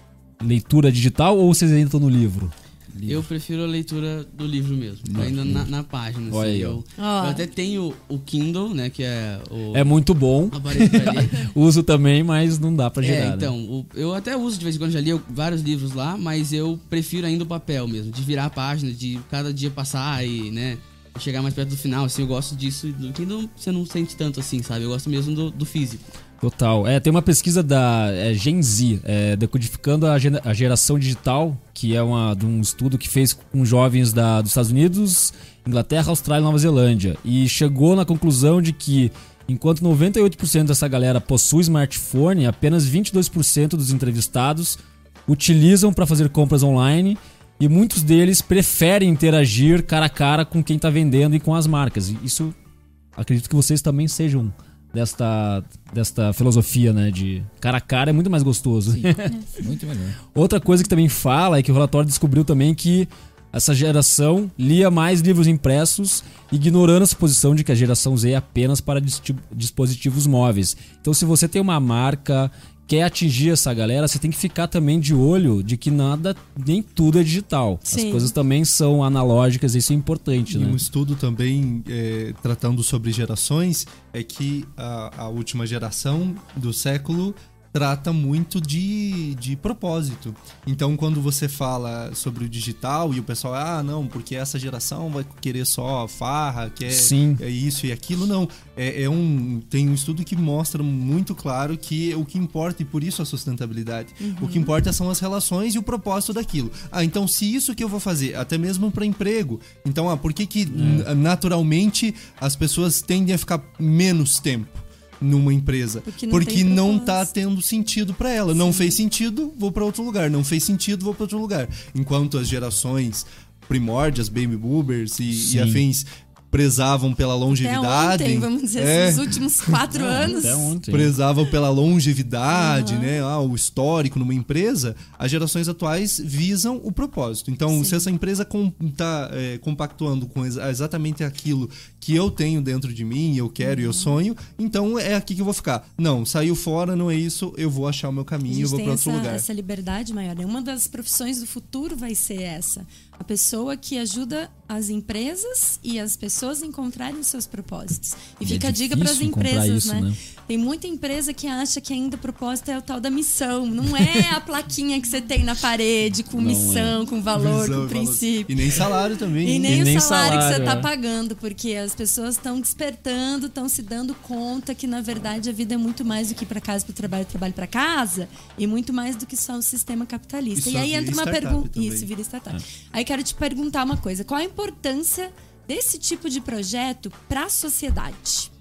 [SPEAKER 2] leitura digital ou vocês ainda estão no livro?
[SPEAKER 4] Eu prefiro a leitura do livro mesmo, ainda na, na página. Assim,
[SPEAKER 2] Olha aí, ó.
[SPEAKER 4] eu,
[SPEAKER 3] Ó.
[SPEAKER 4] eu até tenho o Kindle, né, que é o
[SPEAKER 2] É muito bom,
[SPEAKER 4] aparelho pra ler.
[SPEAKER 2] uso também, mas não dá pra
[SPEAKER 4] É,
[SPEAKER 2] gerar. né?
[SPEAKER 4] então, o- eu até uso de vez em quando, já li vários livros lá, mas eu prefiro ainda o papel mesmo, de virar a página, de cada dia passar e, né, chegar mais perto do final, assim, eu gosto disso. Do Kindle você não sente tanto assim, sabe? Eu gosto mesmo do, do físico.
[SPEAKER 2] Total. É, tem uma pesquisa da é, Gen Z, é, decodificando a, gera- a geração digital, que é uma, de um estudo que fez com jovens da, dos Estados Unidos, Inglaterra, Austrália e Nova Zelândia. E chegou na conclusão de que, enquanto noventa e oito por cento dessa galera possui smartphone, apenas vinte e dois por cento dos entrevistados utilizam para fazer compras online e muitos deles preferem interagir cara a cara com quem está vendendo e com as marcas. E isso, acredito que vocês também sejam desta, desta filosofia, né? De cara a cara é muito mais gostoso.
[SPEAKER 7] Muito melhor.
[SPEAKER 2] Outra coisa que também fala é que o relatório descobriu também que essa geração lia mais livros impressos, ignorando a suposição de que a geração Z é apenas para disti- dispositivos móveis. Então, se você tem uma marca, quer atingir essa galera, você tem que ficar também de olho de que nada, nem tudo é digital.
[SPEAKER 3] Sim.
[SPEAKER 2] As coisas também são analógicas, isso é importante,
[SPEAKER 5] E
[SPEAKER 2] né?
[SPEAKER 5] um estudo também é, tratando sobre gerações é que a, a última geração do século trata muito de, de propósito. Então, quando você fala sobre o digital e o pessoal, ah, não, porque essa geração vai querer só farra, quer
[SPEAKER 2] Sim.
[SPEAKER 5] é isso e aquilo, não. É, é um, tem um estudo que mostra muito claro que o que importa, e por isso a sustentabilidade, o que importa são as relações e o propósito daquilo. Ah, então se isso que eu vou fazer, até mesmo para emprego, então, ah, por que que n- naturalmente as pessoas tendem a ficar menos tempo numa empresa?
[SPEAKER 3] Porque não
[SPEAKER 5] Porque
[SPEAKER 3] tem
[SPEAKER 5] não
[SPEAKER 3] propósito.
[SPEAKER 5] tá tendo sentido para ela. Não fez sentido, vou para outro lugar. Não fez sentido, vou para outro lugar. Enquanto as gerações primórdias, baby boomers e, e
[SPEAKER 2] Sim.
[SPEAKER 5] afins prezavam pela
[SPEAKER 3] Até
[SPEAKER 5] longevidade.
[SPEAKER 3] ontem, vamos dizer,
[SPEAKER 5] É.
[SPEAKER 3] esses últimos quatro anos.
[SPEAKER 2] Até ontem.
[SPEAKER 5] Prezavam pela longevidade, né? Ah, o histórico numa empresa, as gerações atuais visam o propósito. Então,
[SPEAKER 3] Sim.
[SPEAKER 5] se essa empresa está compactuando com exa- exatamente aquilo que eu tenho dentro de mim, eu quero e eu sonho, então é aqui que eu vou ficar. Não, saiu fora, não é isso, eu vou achar o meu
[SPEAKER 3] A
[SPEAKER 5] caminho, eu
[SPEAKER 3] gente
[SPEAKER 5] vou
[SPEAKER 3] tem
[SPEAKER 5] para outro
[SPEAKER 3] essa,
[SPEAKER 5] lugar.
[SPEAKER 3] essa liberdade maior. Uma das profissões do futuro vai ser essa. A pessoa que ajuda as empresas e as pessoas pessoas encontrarem os seus propósitos. E,
[SPEAKER 2] E
[SPEAKER 3] fica
[SPEAKER 2] é
[SPEAKER 3] a dica para as
[SPEAKER 2] difícil encontrar
[SPEAKER 3] empresas,
[SPEAKER 2] isso,
[SPEAKER 3] né?
[SPEAKER 2] né?
[SPEAKER 3] Tem muita empresa que acha que ainda o propósito é o tal da missão. Não é a plaquinha que você tem na parede com
[SPEAKER 2] Não
[SPEAKER 3] missão, com valor,
[SPEAKER 5] Visão
[SPEAKER 3] com
[SPEAKER 5] e valor.
[SPEAKER 3] princípio.
[SPEAKER 5] E nem salário também.
[SPEAKER 3] E
[SPEAKER 5] hein?
[SPEAKER 3] nem
[SPEAKER 2] E
[SPEAKER 3] o
[SPEAKER 2] nem
[SPEAKER 3] salário, que
[SPEAKER 2] salário,
[SPEAKER 3] você tá
[SPEAKER 2] é.
[SPEAKER 3] pagando, porque as pessoas estão despertando, estão se dando conta que, na verdade, a vida é muito mais do que para casa, para o trabalho, trabalho para casa, e muito mais do que só o sistema capitalista.
[SPEAKER 5] Isso
[SPEAKER 3] e aí
[SPEAKER 5] vira
[SPEAKER 3] entra uma
[SPEAKER 5] startup
[SPEAKER 3] pergunta.
[SPEAKER 5] também.
[SPEAKER 3] Isso, vira startup. Aí quero te perguntar uma coisa: qual a importância desse tipo de projeto para a sociedade?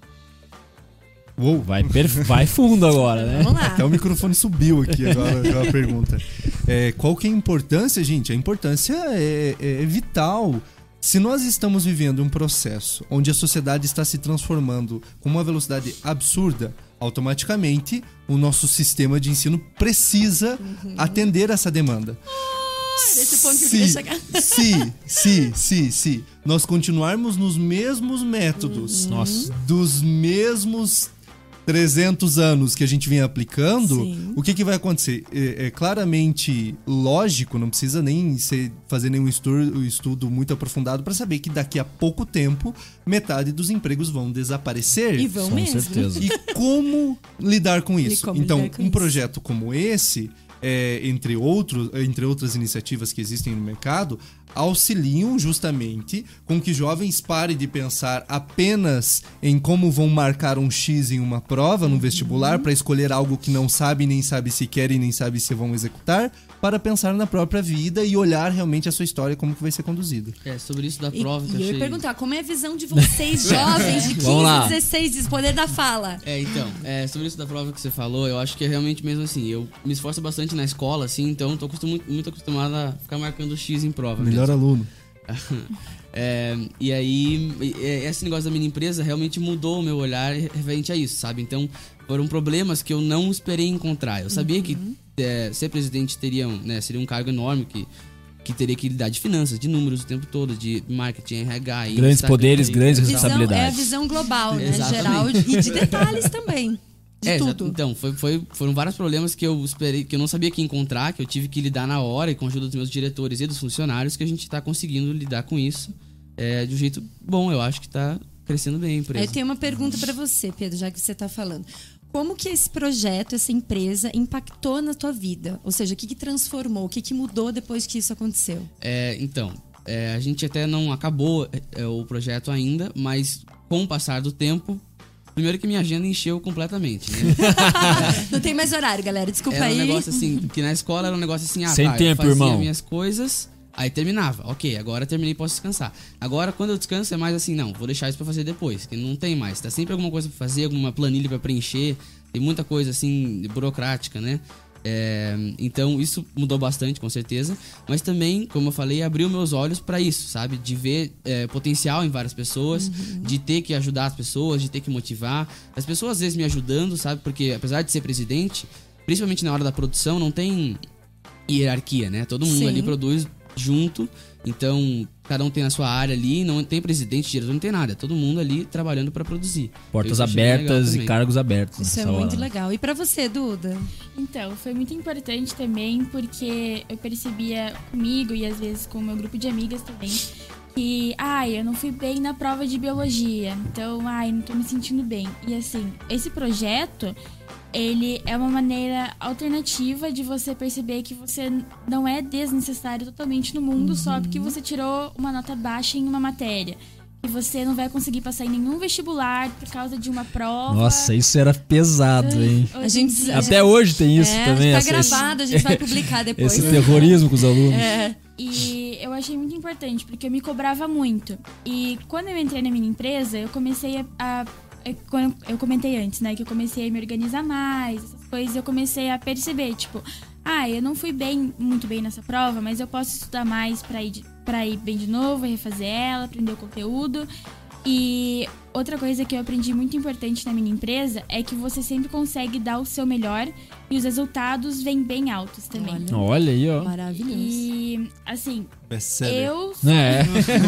[SPEAKER 5] Uou,
[SPEAKER 2] Vai, perf- vai fundo agora, né?
[SPEAKER 3] Vamos lá.
[SPEAKER 5] até o microfone subiu aqui agora, agora a pergunta. É, qual que é a importância, gente? A importância é, é vital. Se nós estamos vivendo um processo onde a sociedade está se transformando com uma velocidade absurda, automaticamente o nosso sistema de ensino precisa atender essa demanda.
[SPEAKER 3] Esse ponto que eu
[SPEAKER 5] Se,
[SPEAKER 3] queria chegar.
[SPEAKER 5] se, se, se, se nós continuarmos nos mesmos métodos,
[SPEAKER 2] Nossa.
[SPEAKER 5] dos mesmos trezentos anos que a gente vem aplicando,
[SPEAKER 3] Sim.
[SPEAKER 5] o que, que vai acontecer? É, é claramente lógico, não precisa nem ser, fazer nenhum estudo, estudo muito aprofundado para saber que daqui a pouco tempo metade dos empregos vão desaparecer.
[SPEAKER 3] E vão
[SPEAKER 2] Com
[SPEAKER 3] mesmo.
[SPEAKER 2] certeza.
[SPEAKER 5] E como lidar com isso?
[SPEAKER 3] como
[SPEAKER 5] Então,
[SPEAKER 3] lidar com
[SPEAKER 5] um
[SPEAKER 3] isso?
[SPEAKER 5] projeto como esse, é, entre, outros, entre outras iniciativas que existem no mercado, auxiliam justamente com que jovens parem de pensar apenas em como vão marcar um X em uma prova, no vestibular, para escolher algo que não sabe, nem sabe se querem, nem sabe se vão executar, para pensar na própria vida e olhar realmente a sua história, como que vai ser conduzida.
[SPEAKER 4] É, sobre isso da
[SPEAKER 3] E,
[SPEAKER 4] prova que
[SPEAKER 3] e
[SPEAKER 4] eu
[SPEAKER 3] eu
[SPEAKER 4] achei...
[SPEAKER 3] ia perguntar, como é a visão de vocês, jovens, de
[SPEAKER 2] Vamos lá.
[SPEAKER 3] quinze, dezesseis, de poder da fala?
[SPEAKER 4] É, então, é, sobre isso da prova que você falou, eu acho que é realmente mesmo assim, eu me esforço bastante na escola, assim, então tô acostum- muito, muito acostumado a ficar marcando X em prova.
[SPEAKER 5] Melhor
[SPEAKER 4] mesmo.
[SPEAKER 5] aluno.
[SPEAKER 4] É, e aí, e- e- esse negócio da minha empresa realmente mudou o meu olhar referente a isso, sabe? Então, foram problemas que eu não esperei encontrar. Eu sabia que é, ser presidente teria, um, né, seria um cargo enorme, que, que teria que lidar de finanças, de números o tempo todo, de marketing, R H... e
[SPEAKER 2] Grandes
[SPEAKER 4] destaque
[SPEAKER 2] poderes,
[SPEAKER 4] aí.
[SPEAKER 2] grandes
[SPEAKER 3] Visão,
[SPEAKER 2] responsabilidades.
[SPEAKER 3] é a visão global, né?
[SPEAKER 4] Exatamente.
[SPEAKER 3] Geral e de detalhes também. De
[SPEAKER 4] É,
[SPEAKER 3] tudo.
[SPEAKER 4] exa- então, foi, foi, foram vários problemas que eu esperei, que eu não sabia que ia encontrar, que eu tive que lidar na hora e com a ajuda dos meus diretores e dos funcionários, que a gente tá conseguindo lidar com isso é, de um jeito bom. Eu acho que tá crescendo bem a
[SPEAKER 3] Aí
[SPEAKER 4] empresa.
[SPEAKER 3] eu tenho uma pergunta pra você, Pedro, já que você tá falando. Como que esse projeto, essa empresa, impactou na tua vida? Ou seja, o que, que transformou? O que, que mudou depois que isso aconteceu?
[SPEAKER 4] É, então, é, a gente até não acabou é, o projeto ainda, mas com o passar do tempo, primeiro que minha agenda encheu completamente, né?
[SPEAKER 3] Não tem mais horário, galera. Desculpa
[SPEAKER 4] Era um
[SPEAKER 3] aí.
[SPEAKER 4] negócio assim, que na escola era um negócio assim, ah,
[SPEAKER 2] Sem
[SPEAKER 4] tá, eu
[SPEAKER 2] tempo,
[SPEAKER 4] fazia
[SPEAKER 2] irmão.
[SPEAKER 4] minhas coisas, aí terminava. Ok, agora terminei, posso descansar. Agora, quando eu descanso, é mais assim, não, vou deixar isso pra fazer depois, que não tem mais. Tá sempre alguma coisa pra fazer, alguma planilha pra preencher, tem muita coisa assim, burocrática, né? É, então isso mudou bastante, com certeza. Mas também, como eu falei, abriu meus olhos pra isso, sabe? De ver é, potencial em várias pessoas, de ter que ajudar as pessoas, de ter que motivar. As pessoas às vezes me ajudando, sabe? Porque apesar de ser presidente, principalmente na hora da produção, não tem hierarquia, né? Todo mundo
[SPEAKER 3] Sim.
[SPEAKER 4] ali produz junto. Então, cada um tem a sua área ali, não tem presidente, diretor, não tem nada. É todo mundo ali trabalhando pra produzir.
[SPEAKER 2] Portas
[SPEAKER 4] Eu achei bem legal
[SPEAKER 2] abertas e
[SPEAKER 4] também.
[SPEAKER 2] cargos abertos.
[SPEAKER 3] Isso é
[SPEAKER 2] nessa
[SPEAKER 3] muito
[SPEAKER 2] hora.
[SPEAKER 3] legal. E pra você, Duda?
[SPEAKER 6] Então, foi muito importante também porque eu percebia comigo e às vezes com o meu grupo de amigas também que, ai, eu não fui bem na prova de biologia, então, ai, não tô me sentindo bem. E assim, esse projeto, ele é uma maneira alternativa de você perceber que você não é desnecessário totalmente no mundo só porque você tirou uma nota baixa em uma matéria. Que você não vai conseguir passar em nenhum vestibular por causa de uma prova.
[SPEAKER 2] Nossa, isso era pesado, hein?
[SPEAKER 6] Hoje
[SPEAKER 3] A gente-
[SPEAKER 6] em dia-
[SPEAKER 2] Até hoje tem isso
[SPEAKER 3] é,
[SPEAKER 2] também.
[SPEAKER 3] tá
[SPEAKER 2] essa-
[SPEAKER 3] gravado, a gente vai publicar depois.
[SPEAKER 2] Esse terrorismo com os alunos.
[SPEAKER 3] É.
[SPEAKER 6] E eu achei muito importante, porque eu me cobrava muito. E quando eu entrei na minha empresa, eu comecei a... a eu- quando eu comentei antes, né? Que eu comecei a me organizar mais, essas coisas. Eu comecei a perceber, tipo... Ah, eu não fui bem, muito bem nessa prova, mas eu posso estudar mais pra ir, de- pra ir bem de novo, refazer ela, aprender o conteúdo. E outra coisa que eu aprendi muito importante na minha empresa é que você sempre consegue dar o seu melhor e os resultados vêm bem altos também.
[SPEAKER 3] Olha.
[SPEAKER 2] Olha aí, ó.
[SPEAKER 3] Maravilhoso.
[SPEAKER 6] E, assim,
[SPEAKER 5] Best-seller.
[SPEAKER 6] eu
[SPEAKER 2] É.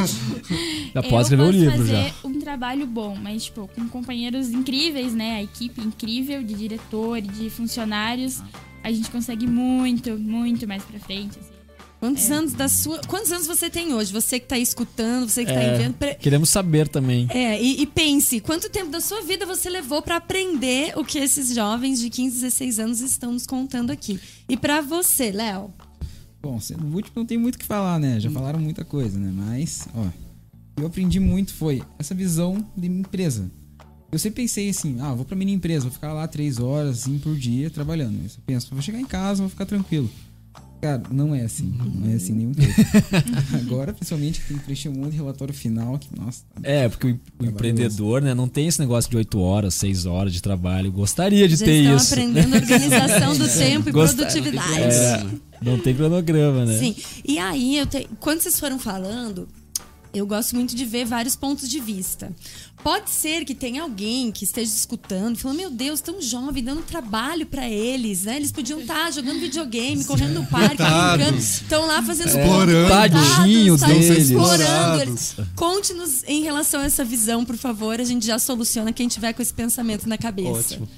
[SPEAKER 2] Já pode escrever o
[SPEAKER 6] eu
[SPEAKER 2] livro
[SPEAKER 6] posso
[SPEAKER 2] já.
[SPEAKER 6] fazer um trabalho bom, mas, tipo, com companheiros incríveis, né? A equipe incrível de diretor, de funcionários, a gente consegue muito, muito mais pra frente, assim.
[SPEAKER 3] Quantos anos da sua. Quantos anos você tem hoje? Você que tá aí escutando, você que tá
[SPEAKER 2] É,
[SPEAKER 3] aí vendo. Pre-
[SPEAKER 2] queremos saber também.
[SPEAKER 3] É, e, e pense, quanto tempo da sua vida você levou pra aprender o que esses jovens de quinze, dezesseis anos estão nos contando aqui? E pra você, Léo?
[SPEAKER 7] Bom, sendo o último não tem muito o que falar, né? Já falaram muita coisa, né? Mas, ó, o que eu aprendi muito foi essa visão de empresa. Eu sempre pensei assim, ah, vou pra minha empresa, vou ficar lá três horas assim, por dia trabalhando. Eu penso, vou chegar em casa, vou ficar tranquilo. Cara, não é assim. Não é assim nenhum pouco. Agora, principalmente, tem que preencher um monte de relatório final. Que, nossa,
[SPEAKER 2] É, porque o, o empreendedor, né, não tem esse negócio de oito horas, seis horas de trabalho. Gostaria de
[SPEAKER 3] Já
[SPEAKER 2] ter
[SPEAKER 3] estão
[SPEAKER 2] isso.
[SPEAKER 3] aprendendo organização do tempo e
[SPEAKER 2] Gosta-
[SPEAKER 3] produtividade.
[SPEAKER 2] É, não tem cronograma, né?
[SPEAKER 3] Sim. E aí, eu te... quando vocês foram falando, eu gosto muito de ver vários pontos de vista. Pode ser que tenha alguém que esteja escutando e falando, meu Deus, tão jovem, dando trabalho pra eles, né? Eles podiam estar jogando videogame, correndo no parque, brincando, estão lá fazendo
[SPEAKER 5] Explorando.
[SPEAKER 2] Tadinho
[SPEAKER 3] sabe?
[SPEAKER 2] deles.
[SPEAKER 3] Explorando eles. Conte-nos em relação a essa visão, por favor. A gente já soluciona quem tiver com esse pensamento na cabeça.
[SPEAKER 5] Ótimo.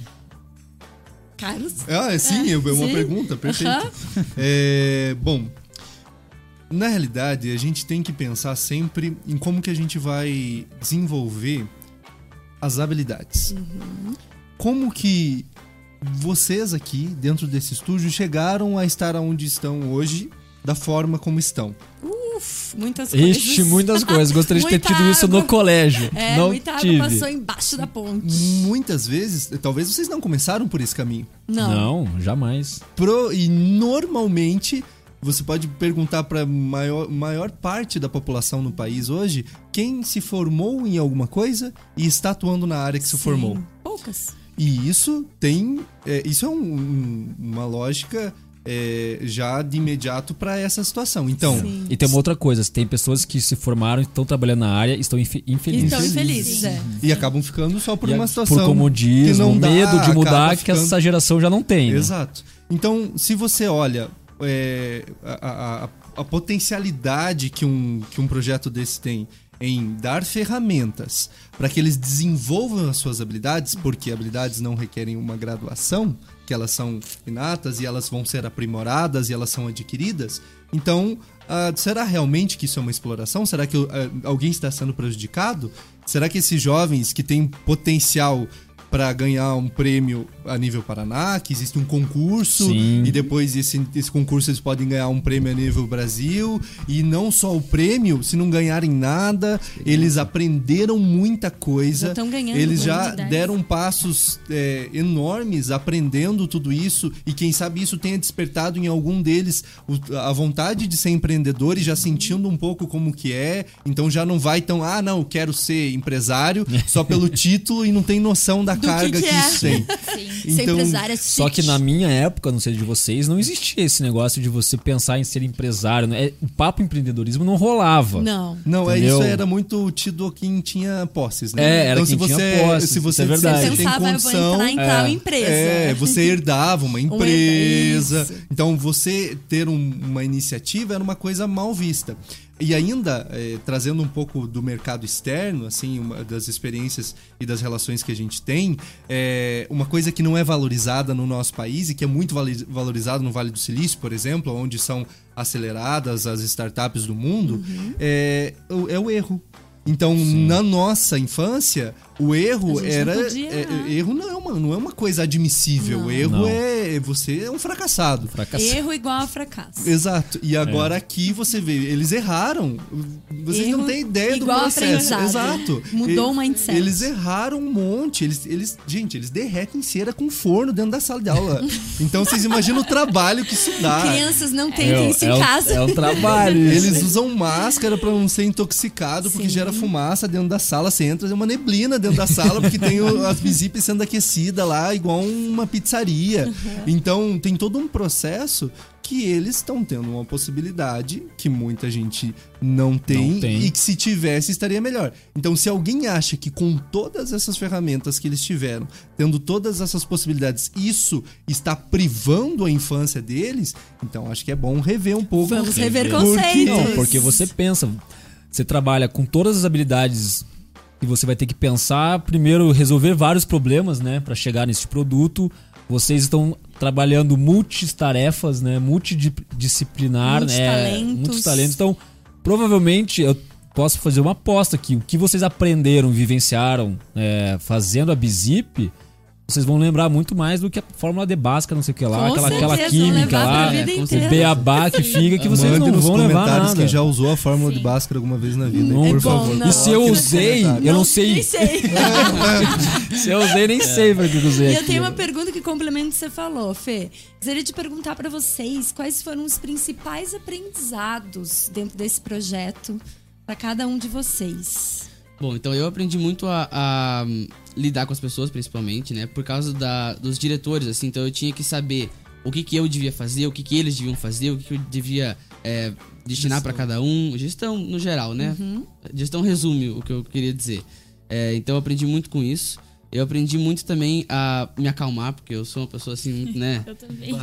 [SPEAKER 3] Carlos?
[SPEAKER 5] Ah, é sim, é uma
[SPEAKER 3] sim.
[SPEAKER 5] pergunta, perfeito.
[SPEAKER 3] Aham.
[SPEAKER 5] É, bom, na realidade, a gente tem que pensar sempre em como que a gente vai desenvolver as habilidades. Como que vocês aqui, dentro desse estúdio, chegaram a estar onde estão hoje, da forma como estão?
[SPEAKER 3] Uf, muitas coisas.
[SPEAKER 2] Ixi, muitas coisas. Gostaria de ter
[SPEAKER 3] Muita
[SPEAKER 2] tido isso no
[SPEAKER 3] água.
[SPEAKER 2] colégio.
[SPEAKER 3] É,
[SPEAKER 2] não
[SPEAKER 3] muita
[SPEAKER 2] tive.
[SPEAKER 3] água passou embaixo da ponte.
[SPEAKER 5] Muitas vezes, talvez vocês não começaram por esse caminho.
[SPEAKER 3] Não.
[SPEAKER 2] Não, jamais.
[SPEAKER 5] Pro, e normalmente você pode perguntar para maior, maior parte da população no país hoje quem se formou em alguma coisa e está atuando na área que se
[SPEAKER 3] Sim.
[SPEAKER 5] formou.
[SPEAKER 3] Poucas.
[SPEAKER 5] E isso tem. É, isso é um- um- uma lógica é, já de imediato para essa situação. Então,
[SPEAKER 3] Sim.
[SPEAKER 2] E tem uma outra coisa, tem pessoas que se formaram, estão trabalhando na área e estão infe- infelizes.
[SPEAKER 3] Então, infelizes, é.
[SPEAKER 5] e acabam ficando só por
[SPEAKER 2] E
[SPEAKER 5] uma
[SPEAKER 2] a-
[SPEAKER 5] situação.
[SPEAKER 2] Por comodismo,
[SPEAKER 5] que não dá,
[SPEAKER 2] medo de mudar
[SPEAKER 5] acaba
[SPEAKER 2] que
[SPEAKER 5] ficando-
[SPEAKER 2] essa geração já não tem. né?
[SPEAKER 5] Exato. Então, se você olha é, a, a- a potencialidade que um, que um projeto desse tem em dar ferramentas para que eles desenvolvam as suas habilidades, porque habilidades não requerem uma graduação, que elas são inatas e elas vão ser aprimoradas e elas são adquiridas. Então, ah, será realmente que isso é uma exploração? Será que ah, alguém está sendo prejudicado? Será que esses jovens que têm potencial para ganhar um prêmio a nível Paraná, que existe um concurso
[SPEAKER 2] Sim.
[SPEAKER 5] e depois esse, esse concurso eles podem ganhar um prêmio a nível Brasil, e não só o prêmio, se não ganharem nada, eles aprenderam muita coisa,
[SPEAKER 3] Já tão ganhando
[SPEAKER 5] eles já
[SPEAKER 6] habilidades.
[SPEAKER 5] deram passos é, enormes aprendendo tudo isso, e quem sabe isso tenha despertado em algum deles o- a vontade de ser empreendedor e já sentindo um pouco como que é, então já não vai tão, ah não, eu quero ser empresário só pelo título e não tem noção da
[SPEAKER 3] Do que
[SPEAKER 5] carga
[SPEAKER 3] que
[SPEAKER 5] que,
[SPEAKER 3] é.
[SPEAKER 5] isso tem.
[SPEAKER 6] Sim.
[SPEAKER 3] Ser
[SPEAKER 5] Então,
[SPEAKER 3] empresária é
[SPEAKER 2] Só que
[SPEAKER 3] chique.
[SPEAKER 2] na minha época, não sei de vocês, não existia esse negócio de você pensar em ser empresário. Né? É, o papo empreendedorismo não rolava.
[SPEAKER 3] Não.
[SPEAKER 5] Não, é,
[SPEAKER 2] Entendeu?
[SPEAKER 5] isso era muito tido quem tinha posses, né?
[SPEAKER 2] É, era
[SPEAKER 5] então,
[SPEAKER 2] quem
[SPEAKER 5] se você,
[SPEAKER 2] tinha posses,
[SPEAKER 5] se você,
[SPEAKER 2] isso é verdade.
[SPEAKER 5] você
[SPEAKER 3] Você
[SPEAKER 5] tem
[SPEAKER 3] pensava, eu
[SPEAKER 5] condição,
[SPEAKER 3] vou entrar em tal
[SPEAKER 2] é,
[SPEAKER 3] empresa.
[SPEAKER 5] é, você herdava uma
[SPEAKER 3] Uma
[SPEAKER 5] empresa.
[SPEAKER 3] herda, isso.
[SPEAKER 5] Então, você ter um- uma iniciativa era uma coisa mal vista. E ainda, é, trazendo um pouco do mercado externo, assim, uma das experiências e das relações que a gente tem, é, uma coisa que não é valorizada no nosso país e que é muito vali- valorizada no Vale do Silício, por exemplo, onde são aceleradas as startups do mundo,
[SPEAKER 3] Uhum.
[SPEAKER 5] é, o- é o erro. Então, na nossa infância, o erro
[SPEAKER 3] A gente não
[SPEAKER 5] era.
[SPEAKER 3] podia
[SPEAKER 5] é-
[SPEAKER 3] errar.
[SPEAKER 5] erro não é, uma, não é uma coisa admissível.
[SPEAKER 3] Não.
[SPEAKER 5] O erro
[SPEAKER 2] Não.
[SPEAKER 5] é. Você é um fracassado.
[SPEAKER 2] Fracassado.
[SPEAKER 3] Erro igual a fracasso.
[SPEAKER 5] Exato. E agora aqui você vê, eles erraram. Vocês
[SPEAKER 3] Erro
[SPEAKER 5] não têm ideia do
[SPEAKER 3] igual
[SPEAKER 5] processo.
[SPEAKER 3] aprendizado.
[SPEAKER 5] Exato.
[SPEAKER 3] Mudou
[SPEAKER 5] E-
[SPEAKER 3] o mindset.
[SPEAKER 5] Eles erraram um monte. Eles, eles, gente, eles derretem cera com forno dentro da sala de aula. Então vocês imaginam o trabalho que isso dá.
[SPEAKER 3] Crianças, não tentem isso
[SPEAKER 2] é,
[SPEAKER 3] em
[SPEAKER 2] um-
[SPEAKER 3] casa.
[SPEAKER 2] é um trabalho. isso.
[SPEAKER 5] Eles usam máscara pra não ser intoxicado, porque
[SPEAKER 3] Sim.
[SPEAKER 5] gera fumaça dentro da sala. Você entra, é uma neblina dentro da sala, porque tem o- as visíveis sendo aquecidas lá, igual uma pizzaria. Então, tem todo um processo que eles estão tendo uma possibilidade que muita gente não tem,
[SPEAKER 2] Não tem.
[SPEAKER 5] e que se tivesse estaria melhor. Então, se alguém acha que com todas essas ferramentas que eles tiveram, tendo todas essas possibilidades, isso está privando a infância deles, então acho que é bom rever um pouco.
[SPEAKER 3] Vamos rever
[SPEAKER 2] Porque-
[SPEAKER 3] conceitos.
[SPEAKER 2] Não, porque você pensa, você trabalha com todas as habilidades que você vai ter que pensar, primeiro resolver vários problemas, né, para chegar nesse produto, vocês estão trabalhando multitarefas, né? Multidisciplinar, né?
[SPEAKER 3] Multitalentos.
[SPEAKER 2] Muitos talentos. Então, provavelmente, eu posso fazer uma aposta aqui. O que vocês aprenderam, vivenciaram é, fazendo a Bizip, vocês vão lembrar muito mais do que a fórmula de Bhaskara, não sei o que lá,
[SPEAKER 3] Com
[SPEAKER 2] aquela, aquela
[SPEAKER 3] certeza,
[SPEAKER 2] química
[SPEAKER 3] vão levar
[SPEAKER 2] lá,
[SPEAKER 3] pra vida
[SPEAKER 2] o
[SPEAKER 3] inteira.
[SPEAKER 2] beabá que fica, que vocês
[SPEAKER 5] Mande
[SPEAKER 2] não
[SPEAKER 5] nos
[SPEAKER 2] vão levar
[SPEAKER 5] comentários
[SPEAKER 2] nada.
[SPEAKER 5] quem já usou a fórmula
[SPEAKER 6] Sim.
[SPEAKER 5] de Bhaskara alguma vez na vida,
[SPEAKER 2] Não,
[SPEAKER 5] hein, por
[SPEAKER 3] é bom,
[SPEAKER 5] favor.
[SPEAKER 3] não.
[SPEAKER 2] E se eu
[SPEAKER 5] Coloque nos
[SPEAKER 2] usei,
[SPEAKER 5] comentários.
[SPEAKER 2] eu não sei.
[SPEAKER 3] Nem sei.
[SPEAKER 2] Se eu usei, nem sei pra que eu usei
[SPEAKER 3] E eu
[SPEAKER 2] aqui.
[SPEAKER 3] tenho uma pergunta que complementa o que você falou, Fê. Gostaria de perguntar para vocês quais foram os principais aprendizados dentro desse projeto para cada um de vocês.
[SPEAKER 4] Bom, então eu aprendi muito a, a, hum, lidar com as pessoas, principalmente, né? Por causa da, dos diretores, assim. Então eu tinha que saber o que, que eu devia fazer, o que, que eles deviam fazer, o que, que eu devia é, destinar para cada um. Gestão no geral, né? Gestão resume o que eu queria dizer. É, então eu aprendi muito com isso. Eu aprendi muito também a me acalmar, porque eu sou uma pessoa assim, muito, né?
[SPEAKER 6] Eu também.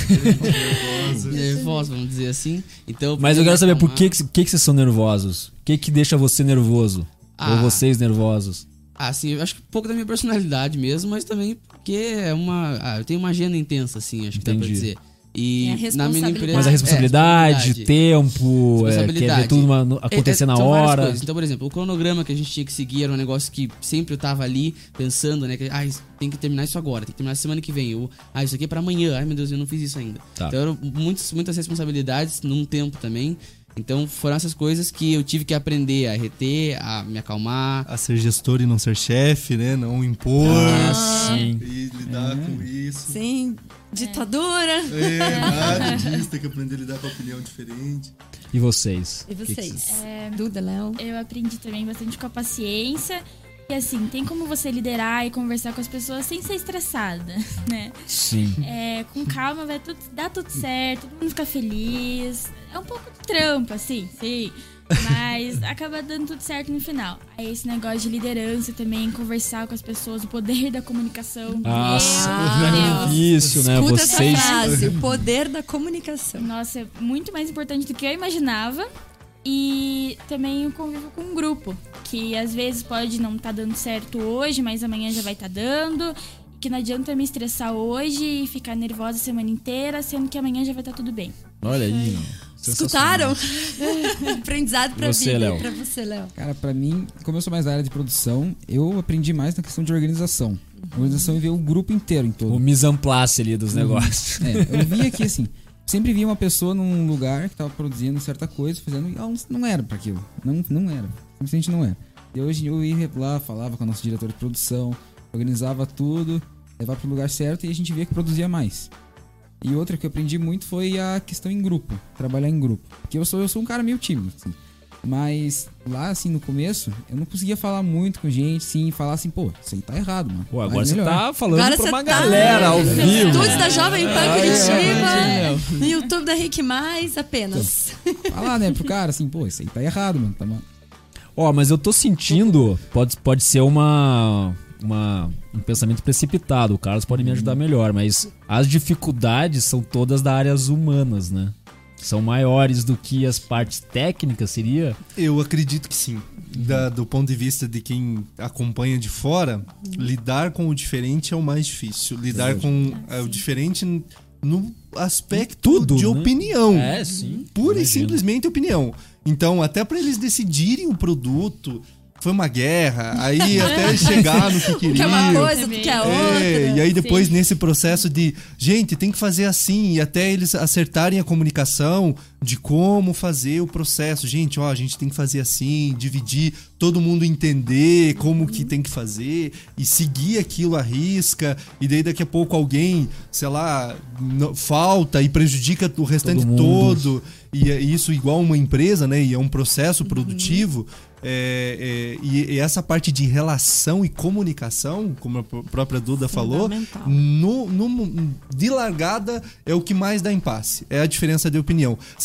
[SPEAKER 4] Nervosa, vamos dizer assim. Então,
[SPEAKER 2] Mas eu
[SPEAKER 4] me
[SPEAKER 2] quero saber por
[SPEAKER 4] acalmar.
[SPEAKER 2] que, que, que que vocês são nervosos? O que, que deixa você nervoso? Ou
[SPEAKER 4] Ah.
[SPEAKER 2] vocês nervosos?
[SPEAKER 4] Ah, sim, eu acho que um pouco da minha personalidade mesmo, mas também porque é uma. Ah, eu tenho uma agenda intensa, assim, acho que dá pra
[SPEAKER 2] Entendi.
[SPEAKER 4] dizer. E
[SPEAKER 3] É a
[SPEAKER 4] na minha
[SPEAKER 3] responsabilidade.
[SPEAKER 4] empresa.
[SPEAKER 2] Mas a responsabilidade,
[SPEAKER 4] é,
[SPEAKER 2] tempo, é, quer
[SPEAKER 4] Responsabilidade.
[SPEAKER 2] ver tudo uma- acontecer
[SPEAKER 4] É, é,
[SPEAKER 2] na
[SPEAKER 4] são várias
[SPEAKER 2] hora.
[SPEAKER 4] coisas. Então, por exemplo, o cronograma que a gente tinha que seguir era um negócio que sempre eu tava ali pensando, né? Que, ah, isso- tem que terminar isso agora, tem que terminar semana que vem. Ou, ah, isso aqui é pra amanhã. Ai, meu Deus, eu não fiz isso ainda.
[SPEAKER 2] Tá.
[SPEAKER 4] Então, eram muitas, muitas responsabilidades num tempo também. Então, foram essas coisas que eu tive que aprender a reter, a me acalmar.
[SPEAKER 5] A ser gestor e não ser chefe, né? Não impor.
[SPEAKER 2] Ah, sim.
[SPEAKER 5] E lidar com isso.
[SPEAKER 3] Sim, ditadura.
[SPEAKER 5] É, nada disso, tem que aprender a lidar com a opinião diferente.
[SPEAKER 2] E vocês?
[SPEAKER 3] E
[SPEAKER 2] O que que
[SPEAKER 3] vocês?
[SPEAKER 6] É,
[SPEAKER 3] Duda, Léo?
[SPEAKER 6] eu aprendi também bastante com a paciência. E assim, tem como você liderar e conversar com as pessoas sem ser estressada, né?
[SPEAKER 2] Sim.
[SPEAKER 6] É, com calma vai tudo, dar tudo certo, todo mundo fica feliz. É um pouco de trampo, assim, sim. Mas acaba dando tudo certo no final. Aí esse negócio de liderança também, conversar com as pessoas, o poder da comunicação.
[SPEAKER 2] Nossa,
[SPEAKER 6] Meu
[SPEAKER 2] é
[SPEAKER 6] Deus.
[SPEAKER 2] difícil, né?
[SPEAKER 3] Escuta
[SPEAKER 2] Vocês.
[SPEAKER 3] essa frase, o poder da comunicação.
[SPEAKER 6] Nossa, é muito mais importante do que eu imaginava. E também o convívio com um grupo, que às vezes pode não estar dando certo hoje, mas amanhã já vai estar dando. Que não adianta me estressar hoje e ficar nervosa a semana inteira, sendo que amanhã já vai estar tudo bem.
[SPEAKER 2] Olha aí, meu.
[SPEAKER 3] Escutaram? Aprendizado pra
[SPEAKER 2] Você,
[SPEAKER 3] vida.
[SPEAKER 2] Léo.
[SPEAKER 3] E pra você, Léo?
[SPEAKER 7] Cara, pra mim, como eu sou mais da área de produção, eu aprendi mais na questão de organização. Organização e ver o grupo inteiro em todo.
[SPEAKER 2] O mise en place ali dos negócios.
[SPEAKER 7] É, eu via aqui assim, sempre via uma pessoa num lugar que tava produzindo certa coisa, fazendo, e ela não era pra aquilo. Não, não era. Simplesmente não era. E hoje eu ia lá, falava com a nossa diretora de produção, organizava tudo, levava pro lugar certo e a gente via que produzia mais. E outra que eu aprendi muito foi a questão em grupo, trabalhar em grupo. Porque eu sou, eu sou um cara meio tímido, assim. Mas lá, assim, no começo, eu não conseguia falar muito com gente, sim, falar assim, pô, isso aí tá errado, mano.
[SPEAKER 2] Pô, agora
[SPEAKER 7] Faz
[SPEAKER 2] você
[SPEAKER 7] melhor.
[SPEAKER 2] tá falando
[SPEAKER 3] Agora
[SPEAKER 2] pra
[SPEAKER 3] você
[SPEAKER 2] uma
[SPEAKER 3] tá
[SPEAKER 2] galera ao
[SPEAKER 3] nos
[SPEAKER 2] vivo.
[SPEAKER 3] estúdios da Jovem Pan
[SPEAKER 2] Ai,
[SPEAKER 3] Curitiba, no YouTube da Rick Mais, apenas.
[SPEAKER 7] Falar, né, pro cara, assim, pô, isso aí tá errado, mano. Tá mal.
[SPEAKER 2] Ó, mas eu tô sentindo, pode, pode ser uma, uma, um pensamento precipitado, o Carlos pode me ajudar melhor, mas as dificuldades são todas da áreas humanas, né? São maiores do que as partes técnicas, seria?
[SPEAKER 5] Eu acredito que sim. Da- do ponto de vista de quem acompanha de fora, lidar com o diferente é o mais difícil. Lidar com é, o diferente no aspecto
[SPEAKER 2] Tudo,
[SPEAKER 5] de
[SPEAKER 2] né?
[SPEAKER 5] opinião.
[SPEAKER 2] É, sim.
[SPEAKER 5] Pura e
[SPEAKER 2] Imagino.
[SPEAKER 5] simplesmente opinião. Então, até para eles decidirem o produto, foi uma guerra. Aí até chegar no que
[SPEAKER 3] Um
[SPEAKER 5] queriam.
[SPEAKER 3] que é uma coisa, outro que é outra.
[SPEAKER 5] É, e aí depois
[SPEAKER 6] sim.
[SPEAKER 5] nesse processo de, gente, tem que fazer assim, e até eles acertarem a comunicação de como fazer o processo. Gente, ó, a gente tem que fazer assim, dividir, todo mundo entender como que tem que fazer e seguir aquilo à risca, e daí daqui a pouco alguém, sei lá, no- falta e prejudica o restante
[SPEAKER 2] Todo mundo.
[SPEAKER 5] todo, e é isso igual uma empresa, né, e é um processo produtivo. É, é, e, e essa parte de relação e comunicação, como a pr- própria Duda falou,
[SPEAKER 3] Fundamental.
[SPEAKER 5] no, no- de largada é o que mais dá impasse. É a diferença de opinião. Você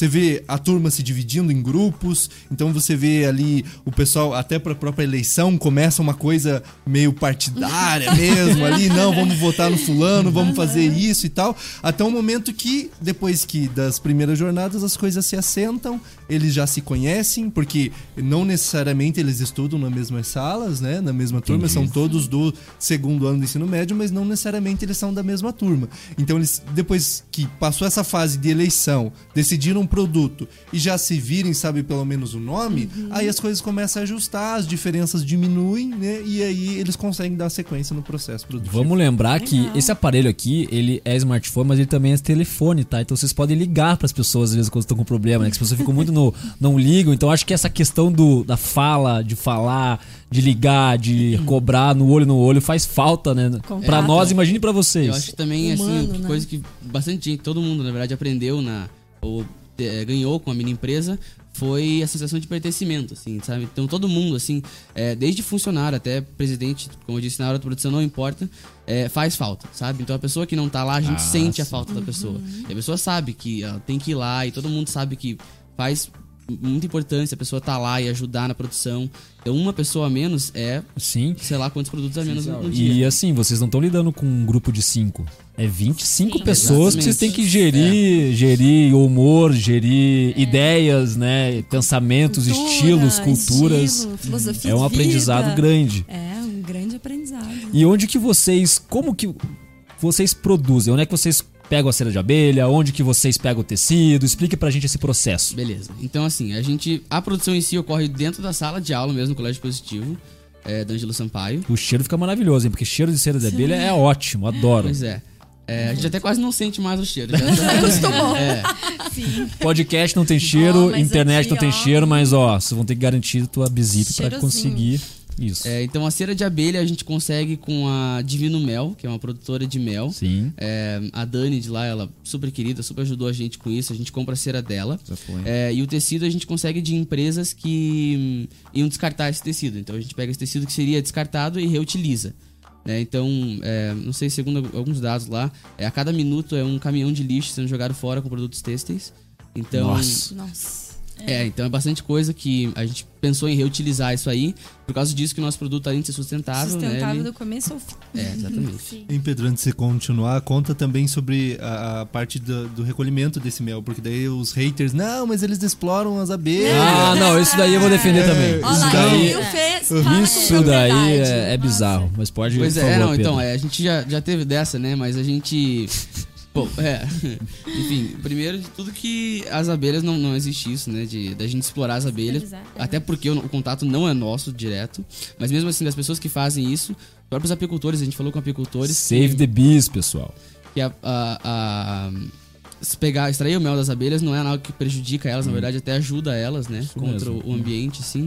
[SPEAKER 5] vê a turma se dividindo em grupos, então você vê ali o pessoal, até para a própria eleição, começa uma coisa meio partidária mesmo ali, não, vamos votar no fulano, vamos fazer isso e tal, até o momento que, depois que das primeiras jornadas, as coisas se assentam, eles já se conhecem, porque não necessariamente eles estudam nas mesmas salas, né, na mesma turma,
[SPEAKER 2] Entendi.
[SPEAKER 5] são todos do segundo ano do ensino médio, mas não necessariamente eles são da mesma turma. Então eles, depois que passou essa fase de eleição, decidiram um produto e já se virem, sabe, pelo menos o nome,
[SPEAKER 3] Uhum.
[SPEAKER 5] aí as coisas começam a ajustar, as diferenças diminuem, né, e aí eles conseguem dar sequência no processo produtivo.
[SPEAKER 2] Vamos lembrar que
[SPEAKER 3] Legal.
[SPEAKER 2] esse aparelho aqui, ele é smartphone, mas ele também é telefone, tá? Então vocês podem ligar pras pessoas às vezes quando estão com problema, né? Que as pessoas ficam muito no não ligam. Então acho que essa questão do, da fala, de falar, de ligar, de cobrar no olho no olho faz falta, né?
[SPEAKER 3] Contato.
[SPEAKER 2] Pra nós, imagine pra vocês.
[SPEAKER 4] Eu acho que também,
[SPEAKER 3] Humano,
[SPEAKER 4] assim,
[SPEAKER 3] né?
[SPEAKER 4] coisa que bastante gente, todo mundo, na verdade, aprendeu na ou é, ganhou com a mini empresa foi a sensação de pertencimento, assim, sabe? Então todo mundo, assim, é, desde funcionário até presidente, como eu disse na hora da produção, não importa, é, faz falta, sabe? Então a pessoa que não tá lá, a gente
[SPEAKER 2] Ah,
[SPEAKER 4] sente a
[SPEAKER 2] sim.
[SPEAKER 4] falta da pessoa. E a pessoa sabe que ela tem que ir lá e todo mundo sabe que faz muita importância a pessoa tá lá e ajudar na produção. Então uma pessoa a menos é,
[SPEAKER 2] Sim.
[SPEAKER 4] sei lá quantos produtos a menos no, no dia.
[SPEAKER 2] E assim, vocês não estão lidando com um grupo de cinco. É vinte e cinco
[SPEAKER 6] Sim,
[SPEAKER 2] pessoas que vocês têm que gerir,
[SPEAKER 4] É.
[SPEAKER 2] gerir humor, gerir ideias, né? Pensamentos,
[SPEAKER 3] Cultura,
[SPEAKER 2] estilos, culturas.
[SPEAKER 3] estilo, filosofia
[SPEAKER 2] É um
[SPEAKER 3] de
[SPEAKER 2] aprendizado
[SPEAKER 3] vida.
[SPEAKER 2] grande.
[SPEAKER 3] É, um grande aprendizado.
[SPEAKER 2] E onde que vocês, como que vocês produzem? Onde é que vocês pegam a cera de abelha? Onde que vocês pegam o tecido? Explique pra gente esse processo.
[SPEAKER 4] Beleza. Então, assim, a gente. A produção em si ocorre dentro da sala de aula mesmo, no Colégio Positivo, é, da Ângelo Sampaio.
[SPEAKER 2] O cheiro fica maravilhoso, hein? Porque cheiro de cera de abelha é ótimo, adoro.
[SPEAKER 4] Pois é. É, a gente até quase não sente mais o cheiro. Já
[SPEAKER 3] Acostumou.
[SPEAKER 4] É,
[SPEAKER 6] Sim.
[SPEAKER 2] Podcast não tem cheiro,
[SPEAKER 3] Ó, mas
[SPEAKER 2] internet
[SPEAKER 3] aqui,
[SPEAKER 2] não tem
[SPEAKER 3] ó.
[SPEAKER 2] cheiro, mas ó, vocês vão ter que garantir a tua bizip pra
[SPEAKER 3] Cheirosinho.
[SPEAKER 2] conseguir isso.
[SPEAKER 4] é, então, a cera de abelha a gente consegue com a Divino Mel, que é uma produtora de mel.
[SPEAKER 2] Sim.
[SPEAKER 4] É, a Dani de lá, ela super querida, super ajudou a gente com isso. A gente compra a cera dela.
[SPEAKER 2] Já foi.
[SPEAKER 4] É, e o tecido a gente consegue de empresas que hum, iam descartar esse tecido. Então a gente pega esse tecido que seria descartado e reutiliza. Né? Então, é, não sei, segundo alguns dados lá, é, a cada minuto é um caminhão de lixo sendo jogado fora com produtos têxteis. Então,
[SPEAKER 2] Nossa.
[SPEAKER 3] Nossa.
[SPEAKER 4] é, então é bastante coisa que a gente pensou em reutilizar isso aí. Por causa disso que o nosso produto, além de ser sustentável,
[SPEAKER 3] Sustentável
[SPEAKER 4] né? ele-
[SPEAKER 3] do começo ao fim.
[SPEAKER 4] É, exatamente.
[SPEAKER 6] Sim.
[SPEAKER 5] Em Pedro, antes de você continuar, conta também sobre a, a parte do, do recolhimento desse mel, porque daí os haters, não, mas eles exploram as abelhas.
[SPEAKER 2] Ah, não, isso daí eu vou defender também.
[SPEAKER 3] Olha
[SPEAKER 2] Isso
[SPEAKER 3] lá,
[SPEAKER 2] daí,
[SPEAKER 3] o fez. fala
[SPEAKER 2] isso
[SPEAKER 3] com
[SPEAKER 2] daí
[SPEAKER 3] propriedade.
[SPEAKER 2] é, é bizarro. Mas pode
[SPEAKER 4] Pois
[SPEAKER 2] por
[SPEAKER 4] é,
[SPEAKER 2] favor,
[SPEAKER 4] não,
[SPEAKER 2] Pedro.
[SPEAKER 4] então, é, a gente já, já teve dessa, né? Mas a gente. Bom, é. Enfim, primeiro de tudo que as abelhas não, não existe isso, né? De da gente explorar as abelhas.
[SPEAKER 6] Exato.
[SPEAKER 4] Até porque o, o contato não é nosso direto. Mas mesmo assim, das pessoas que fazem isso, os próprios apicultores, a gente falou com apicultores.
[SPEAKER 2] Save
[SPEAKER 4] que,
[SPEAKER 2] the bees, pessoal.
[SPEAKER 4] que a, a, a- se pegar, extrair o mel das abelhas não é algo que prejudica elas, na verdade até ajuda elas, né? Contra
[SPEAKER 2] mesmo.
[SPEAKER 4] o ambiente, sim.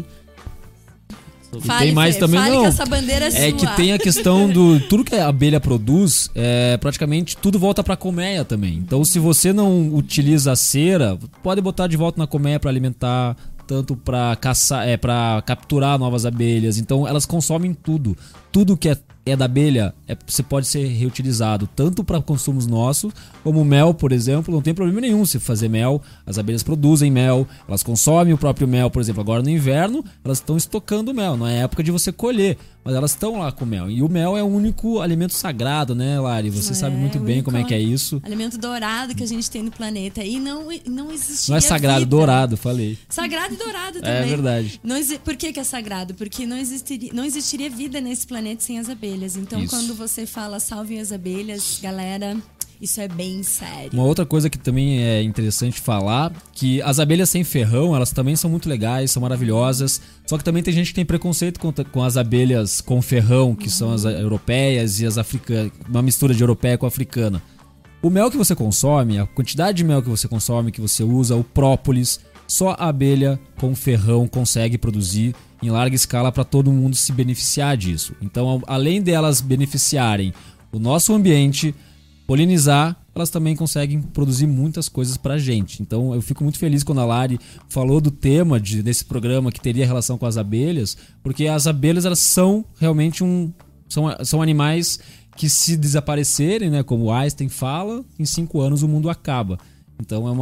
[SPEAKER 3] Fale,
[SPEAKER 2] tem mais
[SPEAKER 3] Fê,
[SPEAKER 2] também,
[SPEAKER 3] fale
[SPEAKER 2] não.
[SPEAKER 3] que essa bandeira é,
[SPEAKER 2] É
[SPEAKER 3] sua.
[SPEAKER 2] que tem a questão do... Tudo que a abelha produz, é, praticamente tudo volta pra colmeia também. Então, se você não utiliza a cera, pode botar de volta na colmeia pra alimentar, tanto pra caçar, é, para capturar novas abelhas. Então, elas consomem tudo. Tudo que é, é da abelha, é, você pode ser reutilizado, tanto para consumos nossos, como mel, por exemplo. Não tem problema nenhum se fazer mel. As abelhas produzem mel, elas consomem o próprio mel, por exemplo. Agora no inverno, elas estão estocando mel. Não é época de você colher, mas elas estão lá com mel. E o mel é o único alimento sagrado, né, Lari? Você
[SPEAKER 3] É,
[SPEAKER 2] sabe muito
[SPEAKER 3] o
[SPEAKER 2] bem
[SPEAKER 3] único
[SPEAKER 2] como é que é isso.
[SPEAKER 3] Alimento dourado que a gente tem no planeta. E não, não existe.
[SPEAKER 2] Não é sagrado, dourado, falei.
[SPEAKER 3] Sagrado e dourado também.
[SPEAKER 2] É verdade.
[SPEAKER 3] Não exi- Por que, que é sagrado? Porque não existiria, não existiria vida nesse planeta sem as abelhas. Então,
[SPEAKER 2] Isso.
[SPEAKER 3] quando você fala salvem as abelhas, galera, isso é bem sério.
[SPEAKER 2] Uma outra coisa que também é interessante falar, que as abelhas sem ferrão, elas também são muito legais, são maravilhosas. Só que também tem gente que tem preconceito com, com as abelhas com ferrão, que são as europeias e as africanas, uma mistura de europeia com africana. O mel que você consome, a quantidade de mel que você consome, que você usa, o própolis, só a abelha com ferrão consegue produzir em larga escala para todo mundo se beneficiar disso. Então, além delas beneficiarem o nosso ambiente, polinizar, elas também conseguem produzir muitas coisas pra gente. Então eu fico muito feliz quando a Lari falou do tema de, desse programa que teria relação com as abelhas, porque as abelhas elas são realmente um são, são animais que, se desaparecerem, né, como Einstein fala, em cinco anos o mundo acaba. Então é uma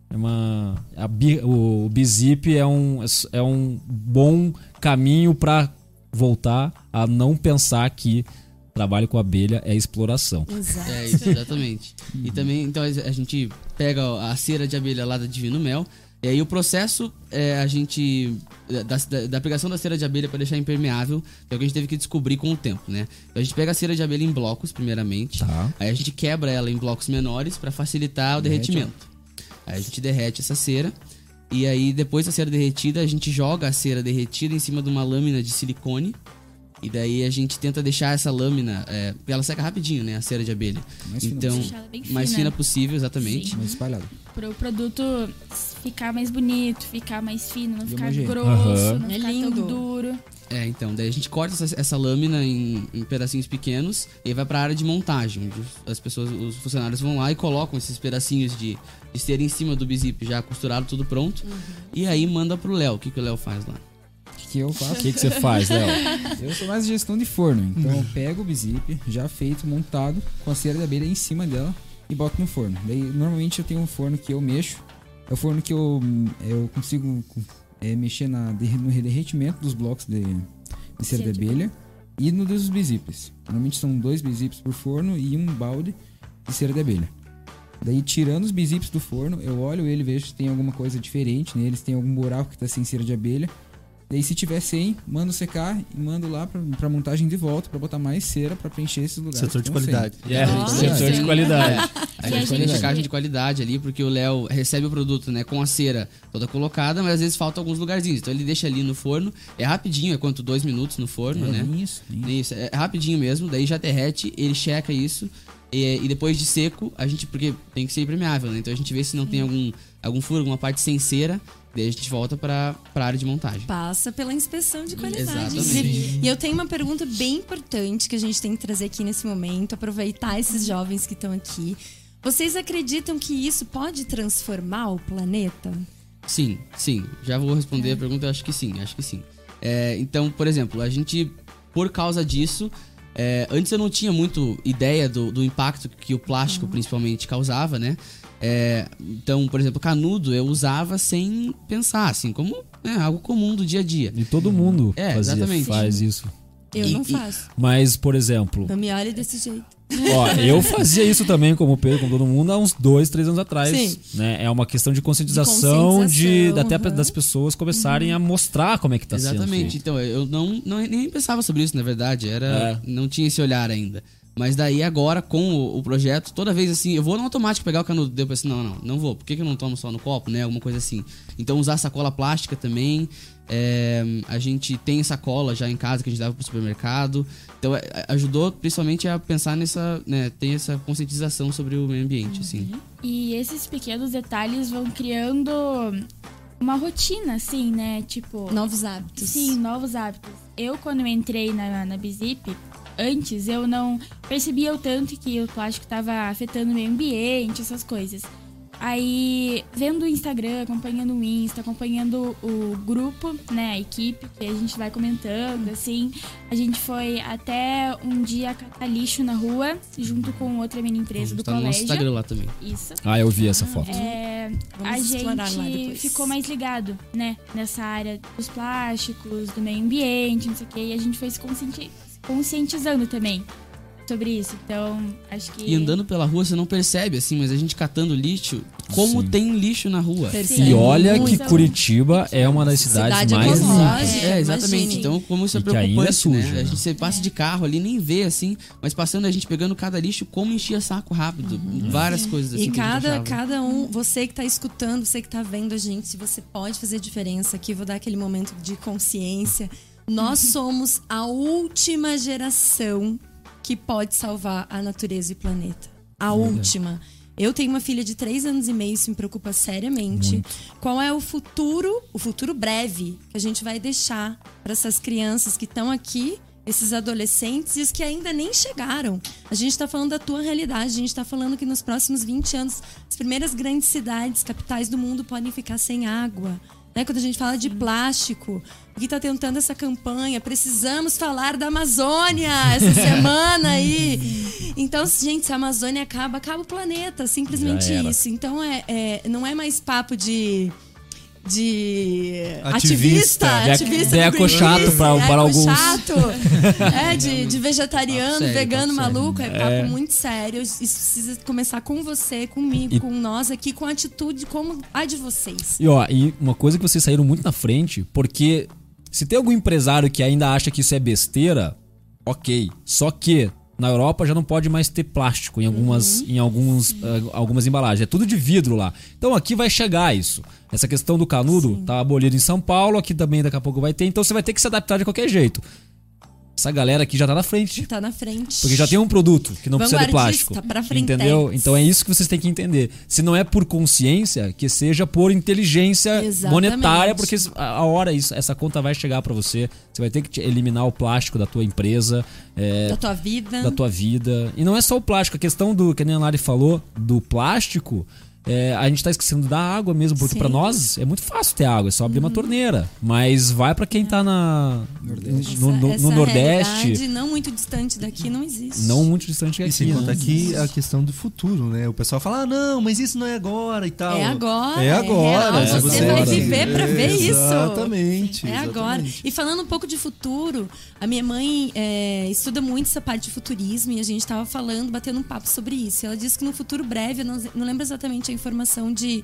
[SPEAKER 2] É uma, a bi, o, o Bizip é um, é um bom caminho para voltar a não pensar que trabalho com abelha é exploração.
[SPEAKER 3] Exato.
[SPEAKER 4] É isso, exatamente. E também, então, a gente pega a cera de abelha lá da Divino Mel, e aí o processo é a gente da, da, da aplicação da cera de abelha para deixar impermeável, é o que a gente teve que descobrir com o tempo, né? Então a gente pega a cera de abelha em blocos, primeiramente,
[SPEAKER 2] Tá.
[SPEAKER 4] aí a gente quebra ela em blocos menores para facilitar o
[SPEAKER 7] Derrete,
[SPEAKER 4] derretimento. Aí a gente derrete essa cera, e aí depois da cera derretida, a gente joga a cera derretida em cima de uma lâmina de silicone. E daí a gente tenta deixar essa lâmina, é, ela seca rapidinho, né, a cera de abelha.
[SPEAKER 7] Mais fina
[SPEAKER 4] Então,
[SPEAKER 6] Deixar ela bem
[SPEAKER 4] mais
[SPEAKER 6] fina.
[SPEAKER 4] fina possível, exatamente.
[SPEAKER 7] Mais espalhado.
[SPEAKER 6] Pro produto ficar mais bonito, ficar mais fino, não
[SPEAKER 7] E
[SPEAKER 6] ficar
[SPEAKER 7] homogêneo.
[SPEAKER 6] grosso,
[SPEAKER 2] Aham.
[SPEAKER 6] não
[SPEAKER 3] É
[SPEAKER 6] ficar
[SPEAKER 3] lindo.
[SPEAKER 6] tão duro.
[SPEAKER 4] É, então, daí a gente corta essa, essa lâmina em, em pedacinhos pequenos e aí vai pra área de montagem, onde as pessoas, os funcionários vão lá e colocam esses pedacinhos de, de cera em cima do bizip já costurado, tudo pronto. E aí manda pro Léo. O que, que o Léo faz lá?
[SPEAKER 7] O que eu faço?
[SPEAKER 2] O que, que você faz, Léo?
[SPEAKER 7] Eu sou mais de gestão de forno, então eu pego o bizip já feito, montado, com a cera de abelha em cima dela e boto no forno. Daí, normalmente eu tenho um forno que eu mexo, é o forno que eu, eu consigo é, mexer na, no derretimento dos blocos de, de cera de abelha e no dos bizips. Normalmente são dois bizips por forno e um balde de cera de abelha. Daí, tirando os bizips do forno, eu olho ele, vejo se tem alguma coisa diferente neles, tem algum buraco que tá sem cera de abelha. Daí, se tiver sem, mando secar e mando lá pra, pra montagem de volta, pra botar mais cera pra preencher esses lugares.
[SPEAKER 5] Setor
[SPEAKER 7] que
[SPEAKER 5] de
[SPEAKER 7] estão sem.
[SPEAKER 5] qualidade.
[SPEAKER 2] É,
[SPEAKER 3] Nossa.
[SPEAKER 2] setor de qualidade.
[SPEAKER 4] A
[SPEAKER 6] E
[SPEAKER 4] gente
[SPEAKER 6] a
[SPEAKER 4] faz
[SPEAKER 6] gente-
[SPEAKER 4] checagem de qualidade ali, porque o Léo recebe o produto, né, com a cera toda colocada, mas às vezes falta alguns lugarzinhos. Então ele deixa ali no forno, é rapidinho, é quanto? Dois minutos no forno,
[SPEAKER 7] É,
[SPEAKER 4] né?
[SPEAKER 7] isso, isso.
[SPEAKER 4] Isso, é rapidinho mesmo, daí já derrete, ele checa isso, e, e depois de seco, a gente, porque tem que ser impermeável, né? Então a gente vê se não tem algum, algum furo, alguma parte sem cera, daí a gente volta pra, pra área de montagem.
[SPEAKER 3] Passa pela inspeção de qualidade.
[SPEAKER 4] Exatamente.
[SPEAKER 3] inclusive. E eu tenho uma pergunta bem importante que a gente tem que trazer aqui nesse momento, aproveitar esses jovens que estão aqui. Vocês acreditam que isso pode transformar o planeta?
[SPEAKER 4] Sim, sim. Já vou responder a pergunta, eu acho que sim, acho que sim. É, então, por exemplo, a gente, por causa disso, é, antes eu não tinha muito ideia do, do impacto que o plástico principalmente causava, né? É, então, por exemplo, canudo eu usava sem pensar, assim, como é, algo comum do dia a dia.
[SPEAKER 2] E todo mundo
[SPEAKER 4] É,
[SPEAKER 2] fazia,
[SPEAKER 4] exatamente.
[SPEAKER 2] faz isso.
[SPEAKER 3] Eu
[SPEAKER 4] E-
[SPEAKER 3] não
[SPEAKER 4] e-
[SPEAKER 3] faço.
[SPEAKER 2] Mas, por exemplo,
[SPEAKER 3] Não me olhe desse jeito.
[SPEAKER 2] ó, eu fazia isso também, como o Pedro, como todo mundo, há uns dois, três anos atrás.
[SPEAKER 3] Sim.
[SPEAKER 2] Né? É uma questão de conscientização,
[SPEAKER 3] De conscientização,
[SPEAKER 2] de, até
[SPEAKER 3] aham.
[SPEAKER 2] das pessoas começarem a mostrar como é que tá
[SPEAKER 4] Exatamente.
[SPEAKER 2] sendo feito.
[SPEAKER 4] Então, eu não, não nem pensava sobre isso, na verdade. Era,
[SPEAKER 2] É.
[SPEAKER 4] não tinha esse olhar ainda. Mas daí agora, com o, o projeto, toda vez assim, eu vou no automático pegar o canudo. Daí eu pensei, não, não, não vou. Por que, que eu não tomo só no copo, né? Alguma coisa assim. Então usar sacola plástica também. É, a gente tem sacola já em casa que a gente dava pro supermercado. Então é, ajudou principalmente a pensar nessa, né? Tem essa conscientização sobre o meio ambiente, assim.
[SPEAKER 6] E esses pequenos detalhes vão criando uma rotina, assim, né? Tipo,
[SPEAKER 3] Novos hábitos.
[SPEAKER 6] sim, novos hábitos. Eu, quando eu entrei na, na Bizip, antes eu não percebia o tanto que o plástico estava afetando o meio ambiente, essas coisas. Aí, vendo o Instagram, acompanhando o Insta, acompanhando o grupo, né, a equipe, que a gente vai comentando, assim, a gente foi até um dia catar lixo na rua, junto com outra mini empresa do
[SPEAKER 4] Tá no nosso
[SPEAKER 6] colégio.
[SPEAKER 4] Instagram lá também.
[SPEAKER 6] Isso.
[SPEAKER 2] Ah, eu vi essa foto.
[SPEAKER 6] É,
[SPEAKER 3] Vamos
[SPEAKER 6] a
[SPEAKER 3] explorar lá
[SPEAKER 6] gente
[SPEAKER 3] depois.
[SPEAKER 6] ficou mais ligado, né, nessa área dos plásticos, do meio ambiente, não sei o quê, e a gente foi se conscienti- conscientizando também sobre isso. Então, acho que...
[SPEAKER 4] E andando pela rua você não percebe, assim, mas a gente catando lixo, como
[SPEAKER 2] Sim.
[SPEAKER 4] tem lixo na rua.
[SPEAKER 3] Percebe
[SPEAKER 2] E olha que
[SPEAKER 6] muito.
[SPEAKER 2] Curitiba é uma das cidades
[SPEAKER 3] Cidade
[SPEAKER 2] mais
[SPEAKER 3] ecológica.
[SPEAKER 2] limpas.
[SPEAKER 4] É, exatamente.
[SPEAKER 3] Imagine.
[SPEAKER 4] Então, como isso é
[SPEAKER 2] E que ainda é
[SPEAKER 4] preocupante,
[SPEAKER 2] sujo,
[SPEAKER 4] né?
[SPEAKER 2] né?
[SPEAKER 4] A gente você passa de carro ali, nem vê, assim, mas passando a gente pegando cada lixo, como enchia saco rápido. Várias coisas assim
[SPEAKER 3] E
[SPEAKER 4] que a gente
[SPEAKER 3] cada,
[SPEAKER 4] achava.
[SPEAKER 3] cada um, você que tá escutando, você que tá vendo a gente, se você pode fazer diferença aqui, vou dar aquele momento de consciência. Nós somos a última geração que pode salvar a natureza e o planeta. A última. Eu tenho uma filha de três anos e meio, isso me preocupa seriamente. Qual é o futuro, o futuro breve, que a gente vai deixar para essas crianças que estão aqui, esses adolescentes e os que ainda nem chegaram? A gente está falando da tua realidade, a gente está falando que nos próximos vinte anos, as primeiras grandes cidades, capitais do mundo podem ficar sem água. Né? Quando a gente fala de plástico, aqui está tentando essa campanha, precisamos falar da Amazônia essa semana aí. Então, gente, se a Amazônia acaba, acaba o planeta. Simplesmente
[SPEAKER 2] Já era.
[SPEAKER 3] isso. Então, é, é, não é mais papo de... de
[SPEAKER 5] Ativista.
[SPEAKER 3] ativista,
[SPEAKER 2] De-
[SPEAKER 3] ativista
[SPEAKER 2] de
[SPEAKER 3] do
[SPEAKER 2] ecochato
[SPEAKER 3] Greenpeace,
[SPEAKER 2] pra- para
[SPEAKER 3] eco
[SPEAKER 2] alguns.
[SPEAKER 3] chato, é, de, de vegetariano,
[SPEAKER 4] Papo sério,
[SPEAKER 3] vegano,
[SPEAKER 4] papo sério.
[SPEAKER 3] maluco, é papo
[SPEAKER 2] É.
[SPEAKER 3] muito sério. Isso precisa começar com você, comigo,
[SPEAKER 2] E-
[SPEAKER 3] com nós aqui, com a atitude como a de vocês.
[SPEAKER 2] E ó, e uma coisa que vocês saíram muito na frente, porque se tem algum empresário que ainda acha que isso é besteira, ok. Só que na Europa já não pode mais ter plástico em algumas, em alguns, ah, algumas embalagens. É tudo de vidro lá. Então aqui vai chegar isso. Essa questão do canudo tá abolido em São Paulo, aqui também daqui a pouco vai ter. Então você vai ter que se adaptar de qualquer jeito. Essa galera aqui já tá na frente.
[SPEAKER 3] Tá na frente.
[SPEAKER 2] Porque já tem um produto que não precisa de plástico.
[SPEAKER 3] Vanguardista, pra frente.
[SPEAKER 2] Entendeu? Então é isso que vocês têm que entender. Se não é por consciência, que seja por inteligência
[SPEAKER 3] Exatamente.
[SPEAKER 2] monetária, porque a a hora isso, essa conta vai chegar pra você. Você vai ter que te- eliminar o plástico da tua empresa, é,
[SPEAKER 3] Da tua vida.
[SPEAKER 2] da tua vida. E não é só o plástico, a questão do que a Lari falou do plástico. É, a gente tá esquecendo da água mesmo, porque
[SPEAKER 3] Sim.
[SPEAKER 2] pra nós é muito fácil ter água, é só abrir uma torneira. Mas vai pra quem tá na, no, no-
[SPEAKER 3] essa
[SPEAKER 2] no Nordeste,
[SPEAKER 3] realidade não muito distante daqui não existe.
[SPEAKER 2] não muito distante
[SPEAKER 5] E
[SPEAKER 2] aqui.
[SPEAKER 5] sem contar
[SPEAKER 2] né?
[SPEAKER 5] que a questão do futuro, né? O pessoal fala, ah, não, mas isso não é agora e tal.
[SPEAKER 3] É agora.
[SPEAKER 5] É agora.
[SPEAKER 3] real,
[SPEAKER 5] se
[SPEAKER 3] você vai viver pra ver isso.
[SPEAKER 5] Exatamente.
[SPEAKER 3] É agora.
[SPEAKER 5] exatamente.
[SPEAKER 3] E falando um pouco de futuro, a minha mãe é, estuda muito essa parte de futurismo e a gente estava falando, batendo um papo sobre isso. Ela disse que no futuro breve, eu não, não lembro exatamente a informação de,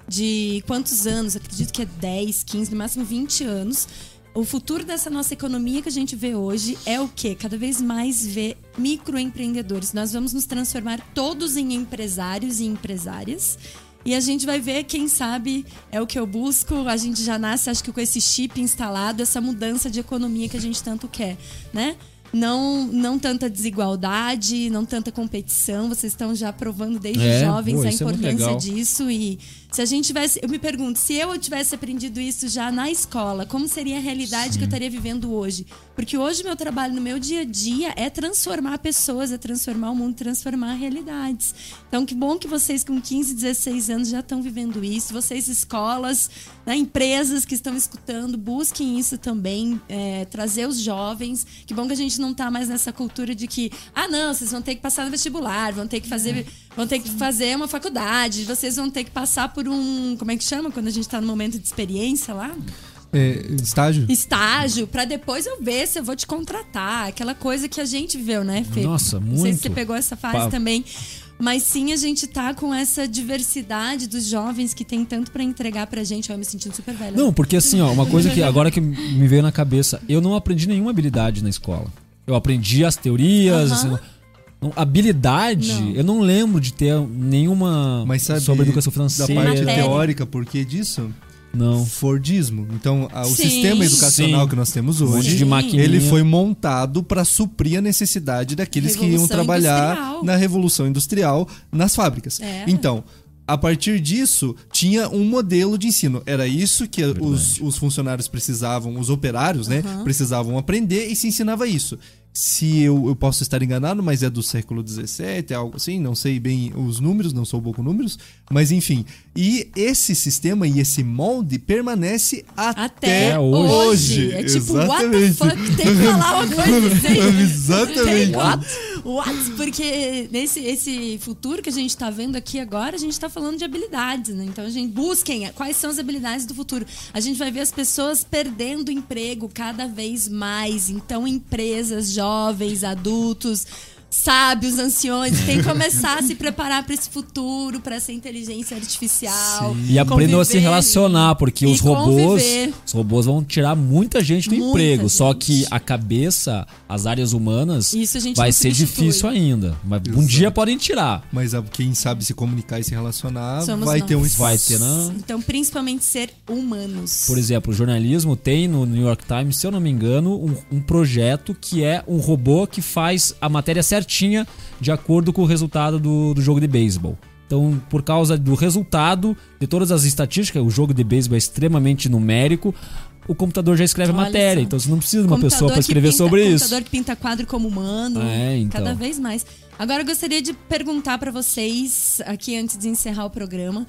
[SPEAKER 3] de quantos anos, acredito que é dez, quinze, no máximo vinte anos. O futuro dessa nossa economia que a gente vê hoje é o quê? Cada vez mais ver microempreendedores. Nós vamos nos transformar todos em empresários e empresárias. E a gente vai ver, quem sabe, é o que eu busco. A gente já nasce, acho que com esse chip instalado, essa mudança de economia que a gente tanto quer, né? Não, não tanta desigualdade, não tanta competição. Vocês estão já provando desde
[SPEAKER 2] É,
[SPEAKER 3] jovens
[SPEAKER 2] pô,
[SPEAKER 3] a
[SPEAKER 2] isso é muito
[SPEAKER 3] importância
[SPEAKER 2] legal.
[SPEAKER 3] disso. E se a gente tivesse... Eu me pergunto, se eu tivesse aprendido isso já na escola, como seria a realidade que eu estaria vivendo hoje? Porque hoje meu trabalho no meu dia a dia é transformar pessoas, é transformar o mundo, transformar realidades. Então, que bom que vocês com quinze, dezesseis anos já estão vivendo isso. Vocês, escolas, né, empresas que estão escutando, busquem isso também, é, trazer os jovens. Que bom que a gente não tá mais nessa cultura de que, ah, não, vocês vão ter que passar no vestibular, vão ter que fazer, vão ter que fazer uma faculdade, vocês vão ter que passar por um, como é que chama quando a gente tá no momento de experiência lá?
[SPEAKER 5] É, estágio?
[SPEAKER 3] Estágio, pra depois eu ver se eu vou te contratar. Aquela coisa que a gente viveu, né, Fê?
[SPEAKER 2] Nossa,
[SPEAKER 3] Não sei se
[SPEAKER 2] muito.
[SPEAKER 3] você pegou essa fase
[SPEAKER 2] Pa-
[SPEAKER 3] também. Mas sim, a gente tá com essa diversidade dos jovens que tem tanto pra entregar pra gente. Eu me sentindo super velha.
[SPEAKER 2] Não, porque assim, ó, uma coisa que agora que me veio na cabeça, eu não aprendi nenhuma habilidade na escola. Eu aprendi as teorias,
[SPEAKER 3] Aham.
[SPEAKER 2] assim, não- habilidade,
[SPEAKER 3] Não.
[SPEAKER 2] eu não lembro de ter nenhuma
[SPEAKER 5] Mas sabe
[SPEAKER 2] sobre educação
[SPEAKER 5] da
[SPEAKER 2] financeira.
[SPEAKER 5] parte
[SPEAKER 3] Matéria.
[SPEAKER 5] teórica, por que disso?
[SPEAKER 2] Não.
[SPEAKER 5] Fordismo. Então, a- o
[SPEAKER 3] Sim.
[SPEAKER 5] sistema educacional
[SPEAKER 2] Sim.
[SPEAKER 5] que nós temos
[SPEAKER 2] Um monte
[SPEAKER 5] hoje,
[SPEAKER 2] de maquininha.
[SPEAKER 5] ele foi montado para suprir a necessidade daqueles que iam
[SPEAKER 3] Revolução
[SPEAKER 5] trabalhar
[SPEAKER 3] industrial.
[SPEAKER 5] na Revolução Industrial nas fábricas.
[SPEAKER 3] É.
[SPEAKER 5] Então, a partir disso, tinha um modelo de ensino. Era isso que os, os funcionários precisavam, os operários, né, precisavam aprender e se ensinava isso. Se eu, eu posso estar enganado, mas é do século dezessete, é algo assim, não sei bem os números, não sou bom com números, mas enfim. E esse sistema e esse molde permanece até,
[SPEAKER 3] Até
[SPEAKER 2] hoje.
[SPEAKER 3] hoje. É tipo, what the fuck? Tem que falar uma coisa assim.
[SPEAKER 5] Exatamente.
[SPEAKER 3] What? What? Porque nesse esse futuro que a gente tá vendo aqui agora, a gente tá falando de habilidades, né? Então, a gente busquem quais são as habilidades do futuro. A gente vai ver as pessoas perdendo emprego cada vez mais. Então, empresas, jovens, adultos, sábios, anciões, tem que começar a se preparar para esse futuro, para essa inteligência artificial.
[SPEAKER 2] E aprendam a se
[SPEAKER 3] conviver
[SPEAKER 2] relacionar, porque
[SPEAKER 3] e
[SPEAKER 2] os robôs,
[SPEAKER 3] conviver.
[SPEAKER 2] os robôs vão tirar muita gente do
[SPEAKER 3] Muita
[SPEAKER 2] emprego.
[SPEAKER 3] gente.
[SPEAKER 2] Só que a cabeça, as áreas humanas,
[SPEAKER 3] Isso a gente
[SPEAKER 2] vai
[SPEAKER 3] não
[SPEAKER 2] ser
[SPEAKER 3] substitui.
[SPEAKER 2] difícil ainda. Mas um
[SPEAKER 5] Exato.
[SPEAKER 2] dia podem tirar.
[SPEAKER 5] Mas a- quem sabe se comunicar e se relacionar
[SPEAKER 3] Somos
[SPEAKER 5] vai
[SPEAKER 3] nós.
[SPEAKER 5] ter um espaço.
[SPEAKER 2] Vai ter, não?
[SPEAKER 3] Então, principalmente ser humanos.
[SPEAKER 2] Por exemplo, o jornalismo tem no New York Times, se eu não me engano, um, um projeto que é um robô que faz a matéria certinha de acordo com o resultado do, do jogo de beisebol. Então, por causa do resultado de todas as estatísticas, o jogo de beisebol é extremamente numérico, o computador já escreve a
[SPEAKER 3] Olha
[SPEAKER 2] matéria.
[SPEAKER 3] só.
[SPEAKER 2] Então, você não precisa de uma
[SPEAKER 3] Computador
[SPEAKER 2] pessoa para
[SPEAKER 3] que
[SPEAKER 2] escrever
[SPEAKER 3] pinta-
[SPEAKER 2] sobre isso.
[SPEAKER 3] Computador que pinta quadro como humano.
[SPEAKER 2] É, então.
[SPEAKER 3] Cada vez mais. Agora, eu gostaria de perguntar para vocês, aqui antes de encerrar o programa,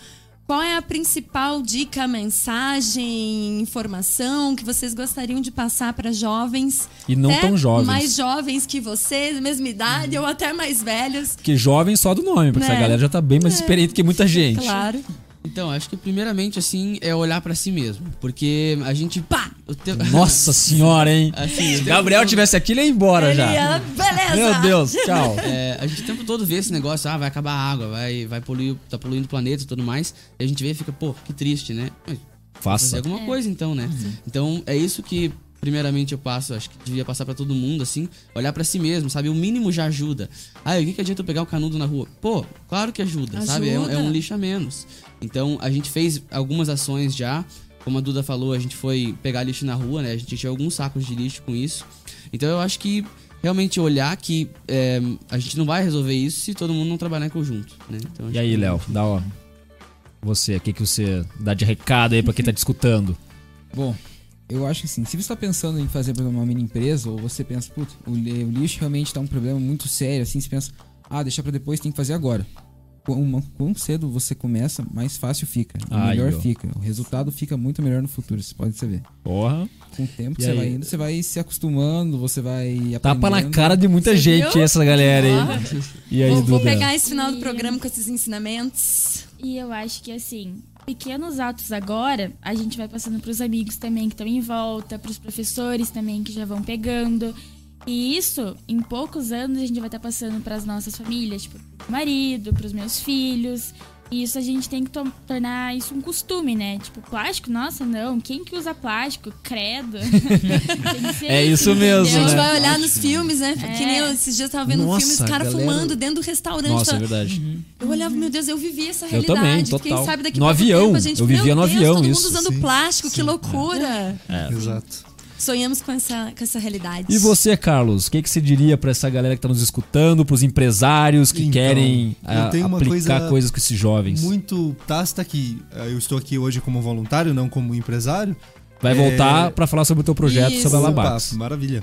[SPEAKER 3] qual é a principal dica, mensagem, informação que vocês gostariam de passar para jovens?
[SPEAKER 2] E não
[SPEAKER 3] até
[SPEAKER 2] tão jovens.
[SPEAKER 3] mais jovens que vocês, mesma idade, ou até mais velhos.
[SPEAKER 2] Porque jovem só do nome, porque
[SPEAKER 3] Né?
[SPEAKER 2] essa galera já tá bem mais
[SPEAKER 3] É.
[SPEAKER 2] experiente que muita gente.
[SPEAKER 3] Claro.
[SPEAKER 4] Então, acho que primeiramente, assim, é olhar pra si mesmo. Porque a gente...
[SPEAKER 3] Pá!
[SPEAKER 4] o teu-
[SPEAKER 2] Nossa senhora, hein?
[SPEAKER 4] Assim, o
[SPEAKER 2] Se
[SPEAKER 4] tempo
[SPEAKER 2] Gabriel
[SPEAKER 4] todo-
[SPEAKER 2] tivesse aqui, ele ia embora
[SPEAKER 3] Ele
[SPEAKER 2] já.
[SPEAKER 3] ia- beleza!
[SPEAKER 2] Meu Deus, tchau.
[SPEAKER 4] É, a gente o tempo todo vê esse negócio, ah, vai acabar a água, vai, vai poluir, tá poluindo o planeta e tudo mais. E a gente vê e fica, pô, que triste, né? Mas fazer
[SPEAKER 2] Faça.
[SPEAKER 4] alguma coisa então, né? Então é isso que primeiramente eu passo, acho que devia passar pra todo mundo, assim, olhar pra si mesmo, sabe? O mínimo já ajuda. Ah, o que, que adianta eu pegar o canudo na rua? Pô, claro que ajuda,
[SPEAKER 3] Ajuda.
[SPEAKER 4] sabe? É, um- é um lixo a menos. Então a gente fez algumas ações já, como a Duda falou, a gente foi pegar lixo na rua, né? A gente tinha alguns sacos de lixo com isso. Então eu acho que realmente olhar que é, a gente não vai resolver isso se todo mundo não trabalhar em conjunto, né? Então, acho
[SPEAKER 2] E aí,
[SPEAKER 4] que-
[SPEAKER 2] Léo, dá ó, você, o que, que você dá de recado aí pra quem tá te escutando?
[SPEAKER 7] Bom, eu acho que assim, se você está pensando em fazer, por exemplo, uma mini empresa, ou você pensa, putz, o, li- o lixo realmente tá um problema muito sério, assim, você pensa, ah, deixa pra depois, tem que fazer agora. Quão, quão cedo você começa, mais fácil fica,
[SPEAKER 2] Ai,
[SPEAKER 7] melhor
[SPEAKER 2] ó.
[SPEAKER 7] fica. O resultado fica muito melhor no futuro, você pode ver.
[SPEAKER 2] Porra.
[SPEAKER 7] Com o tempo que
[SPEAKER 2] E
[SPEAKER 7] você
[SPEAKER 2] aí?
[SPEAKER 7] vai indo, você vai se acostumando, você vai aprendendo.
[SPEAKER 2] Tapa na cara de muita
[SPEAKER 3] Você
[SPEAKER 2] gente
[SPEAKER 3] viu?
[SPEAKER 2] essa galera aí. E aí,
[SPEAKER 3] Vou, vou
[SPEAKER 2] Duda?
[SPEAKER 3] pegar esse final do programa com esses ensinamentos.
[SPEAKER 6] E eu acho que assim, pequenos atos agora, a gente vai passando pros amigos também que estão em volta, pros professores também que já vão pegando. E isso, em poucos anos, a gente vai estar passando pras nossas famílias, tipo, pro marido, pros meus filhos. E isso a gente tem que to- tornar isso um costume, né? Tipo, plástico, nossa, não. Quem que usa plástico? Credo. Tem que ser
[SPEAKER 2] É isso mesmo,
[SPEAKER 3] A gente
[SPEAKER 2] né?
[SPEAKER 3] vai olhar nos filmes, né? Que nem eu,
[SPEAKER 6] É.
[SPEAKER 3] esses dias eu tava vendo um
[SPEAKER 2] Nossa,
[SPEAKER 3] filme, os caras
[SPEAKER 2] galera-
[SPEAKER 3] fumando dentro do restaurante.
[SPEAKER 2] Nossa, é
[SPEAKER 3] Falava-
[SPEAKER 2] verdade.
[SPEAKER 3] Eu olhava, meu Deus, eu vivi essa
[SPEAKER 2] Eu
[SPEAKER 3] realidade.
[SPEAKER 2] também,
[SPEAKER 3] Quem
[SPEAKER 2] total.
[SPEAKER 3] sabe daqui
[SPEAKER 2] No
[SPEAKER 3] a pouco
[SPEAKER 2] avião,
[SPEAKER 3] tempo a gente,
[SPEAKER 2] eu vivia
[SPEAKER 3] meu
[SPEAKER 2] no
[SPEAKER 3] Deus,
[SPEAKER 2] avião
[SPEAKER 3] todo
[SPEAKER 2] isso.
[SPEAKER 3] mundo usando
[SPEAKER 5] Sim,
[SPEAKER 3] plástico, que loucura.
[SPEAKER 5] Exato.
[SPEAKER 3] Sonhamos com essa, com essa realidade.
[SPEAKER 2] E você, Carlos, o que, que você diria pra essa galera que tá nos escutando, pros empresários que
[SPEAKER 5] Então,
[SPEAKER 2] querem
[SPEAKER 5] eu
[SPEAKER 2] a-
[SPEAKER 5] tenho uma
[SPEAKER 2] aplicar
[SPEAKER 5] coisa
[SPEAKER 2] coisas com esses jovens?
[SPEAKER 5] Muito tácita que eh, eu estou aqui hoje como voluntário, não como empresário.
[SPEAKER 2] Vai voltar pra falar sobre o teu projeto,
[SPEAKER 3] Isso.
[SPEAKER 2] sobre a
[SPEAKER 5] Opa,
[SPEAKER 2] Labax.
[SPEAKER 5] maravilha.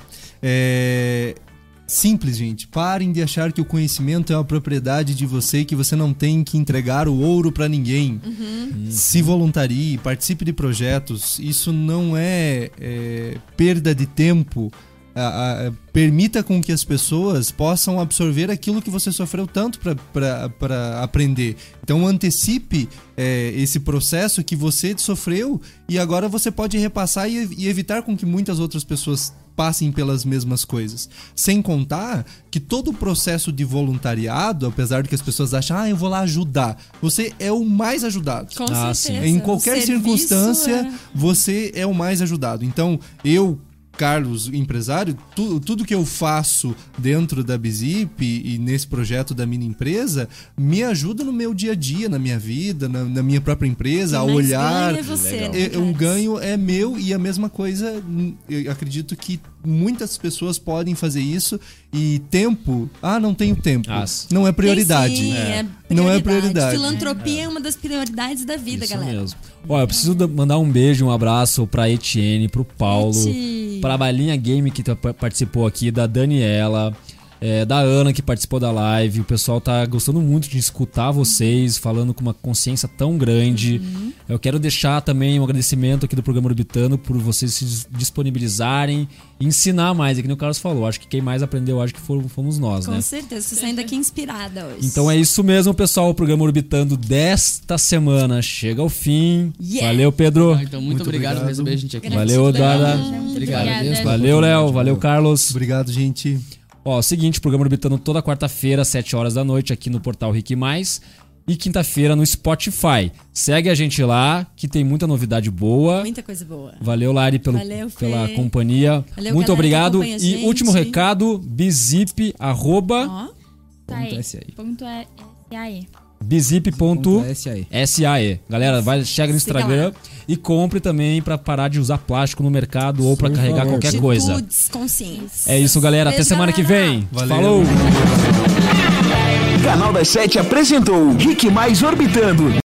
[SPEAKER 5] É... Simples, gente. Parem de achar que o conhecimento é uma propriedade de você e que você não tem que entregar o ouro pra ninguém. Se voluntarie, participe de projetos. Isso não é, é, perda de tempo. A- a- permita com que as pessoas possam absorver aquilo que você sofreu tanto para aprender. Então antecipe é, esse processo que você sofreu e agora você pode repassar e, e evitar com que muitas outras pessoas passem pelas mesmas coisas. Sem contar que todo o processo de voluntariado, apesar de que as pessoas acham, ah, eu vou lá ajudar, você é o mais ajudado.
[SPEAKER 3] Com
[SPEAKER 2] Ah,
[SPEAKER 3] certeza.
[SPEAKER 5] Em
[SPEAKER 3] O
[SPEAKER 5] qualquer
[SPEAKER 3] serviço
[SPEAKER 5] circunstância,
[SPEAKER 3] é-
[SPEAKER 5] você é o mais ajudado. Então, eu, Carlos, empresário, tu- tudo que eu faço dentro da Bizip e nesse projeto da minha empresa me ajuda no meu dia a dia, na minha vida, na, na minha própria empresa, a
[SPEAKER 3] Quem mais
[SPEAKER 5] olhar.
[SPEAKER 3] ganha é você, né,
[SPEAKER 5] É,
[SPEAKER 3] Carlos?
[SPEAKER 5] o ganho é meu e a mesma coisa, hum, eu acredito que muitas pessoas podem fazer isso e tempo, ah, não tenho tempo.
[SPEAKER 2] Ah,
[SPEAKER 5] Não é prioridade.
[SPEAKER 3] Tem sim, é
[SPEAKER 5] Não é prioridade.
[SPEAKER 3] Filantropia é. uma das prioridades da vida,
[SPEAKER 2] Isso
[SPEAKER 3] galera.
[SPEAKER 2] mesmo. Ó, eu preciso da- mandar um beijo, um abraço pra Etienne, pro Paulo,
[SPEAKER 3] Eti.
[SPEAKER 2] pra Balinha Game que tá- participou aqui, da Daniela, é, da Ana que participou da live. O pessoal tá gostando muito de escutar vocês, falando com uma consciência tão grande.
[SPEAKER 3] Uhum.
[SPEAKER 2] Eu quero deixar também um agradecimento aqui do programa Orbitando por vocês se dis- disponibilizarem e ensinar mais. É que nem o Carlos falou, acho que quem mais aprendeu, acho que foram- fomos nós,
[SPEAKER 3] Com
[SPEAKER 2] né?
[SPEAKER 3] certeza, tô saindo daqui inspirada hoje.
[SPEAKER 2] Então é isso mesmo, pessoal. O programa Orbitando desta semana chega ao fim.
[SPEAKER 3] Yeah.
[SPEAKER 2] Valeu, Pedro.
[SPEAKER 4] Ah, então, muito,
[SPEAKER 5] Muito
[SPEAKER 4] obrigado, por
[SPEAKER 5] obrigado.
[SPEAKER 4] receber a gente aqui.
[SPEAKER 2] Valeu, Eduarda.
[SPEAKER 6] Muito
[SPEAKER 4] Obrigado.
[SPEAKER 6] obrigada.
[SPEAKER 2] Valeu, Léo. Valeu, Carlos.
[SPEAKER 5] Obrigado, gente.
[SPEAKER 2] Ó, seguinte, programa Orbitando toda quarta-feira, às sete horas da noite, aqui no portal Rick Mais. E quinta-feira no Spotify. Segue a gente lá, que tem muita novidade boa.
[SPEAKER 3] Muita coisa boa.
[SPEAKER 2] Valeu, Lari, pelo,
[SPEAKER 3] Valeu, Fê.
[SPEAKER 2] pela companhia.
[SPEAKER 3] Valeu,
[SPEAKER 2] Muito
[SPEAKER 3] galera que
[SPEAKER 2] obrigado.
[SPEAKER 3] acompanha a
[SPEAKER 2] E
[SPEAKER 3] gente.
[SPEAKER 2] último recado, bizip, arroba,
[SPEAKER 3] Ó,
[SPEAKER 6] Tá aí.
[SPEAKER 7] Ponto S A E.
[SPEAKER 6] Ponto S A E.
[SPEAKER 2] bizip ponto
[SPEAKER 7] Ponto S A E.
[SPEAKER 2] S A E. Galera, vai, chega no
[SPEAKER 3] Siga
[SPEAKER 2] Instagram
[SPEAKER 3] lá.
[SPEAKER 2] e compre também pra parar de usar plástico no mercado ou pra
[SPEAKER 7] Por
[SPEAKER 2] carregar
[SPEAKER 7] favor.
[SPEAKER 2] qualquer coisa.
[SPEAKER 3] atitudes conscientes.
[SPEAKER 2] É isso, galera. Até
[SPEAKER 3] Beijo,
[SPEAKER 2] semana que
[SPEAKER 3] galera.
[SPEAKER 2] vem.
[SPEAKER 5] Valeu.
[SPEAKER 2] Falou!
[SPEAKER 1] Canal das Sete apresentou Rick Mais Orbitando.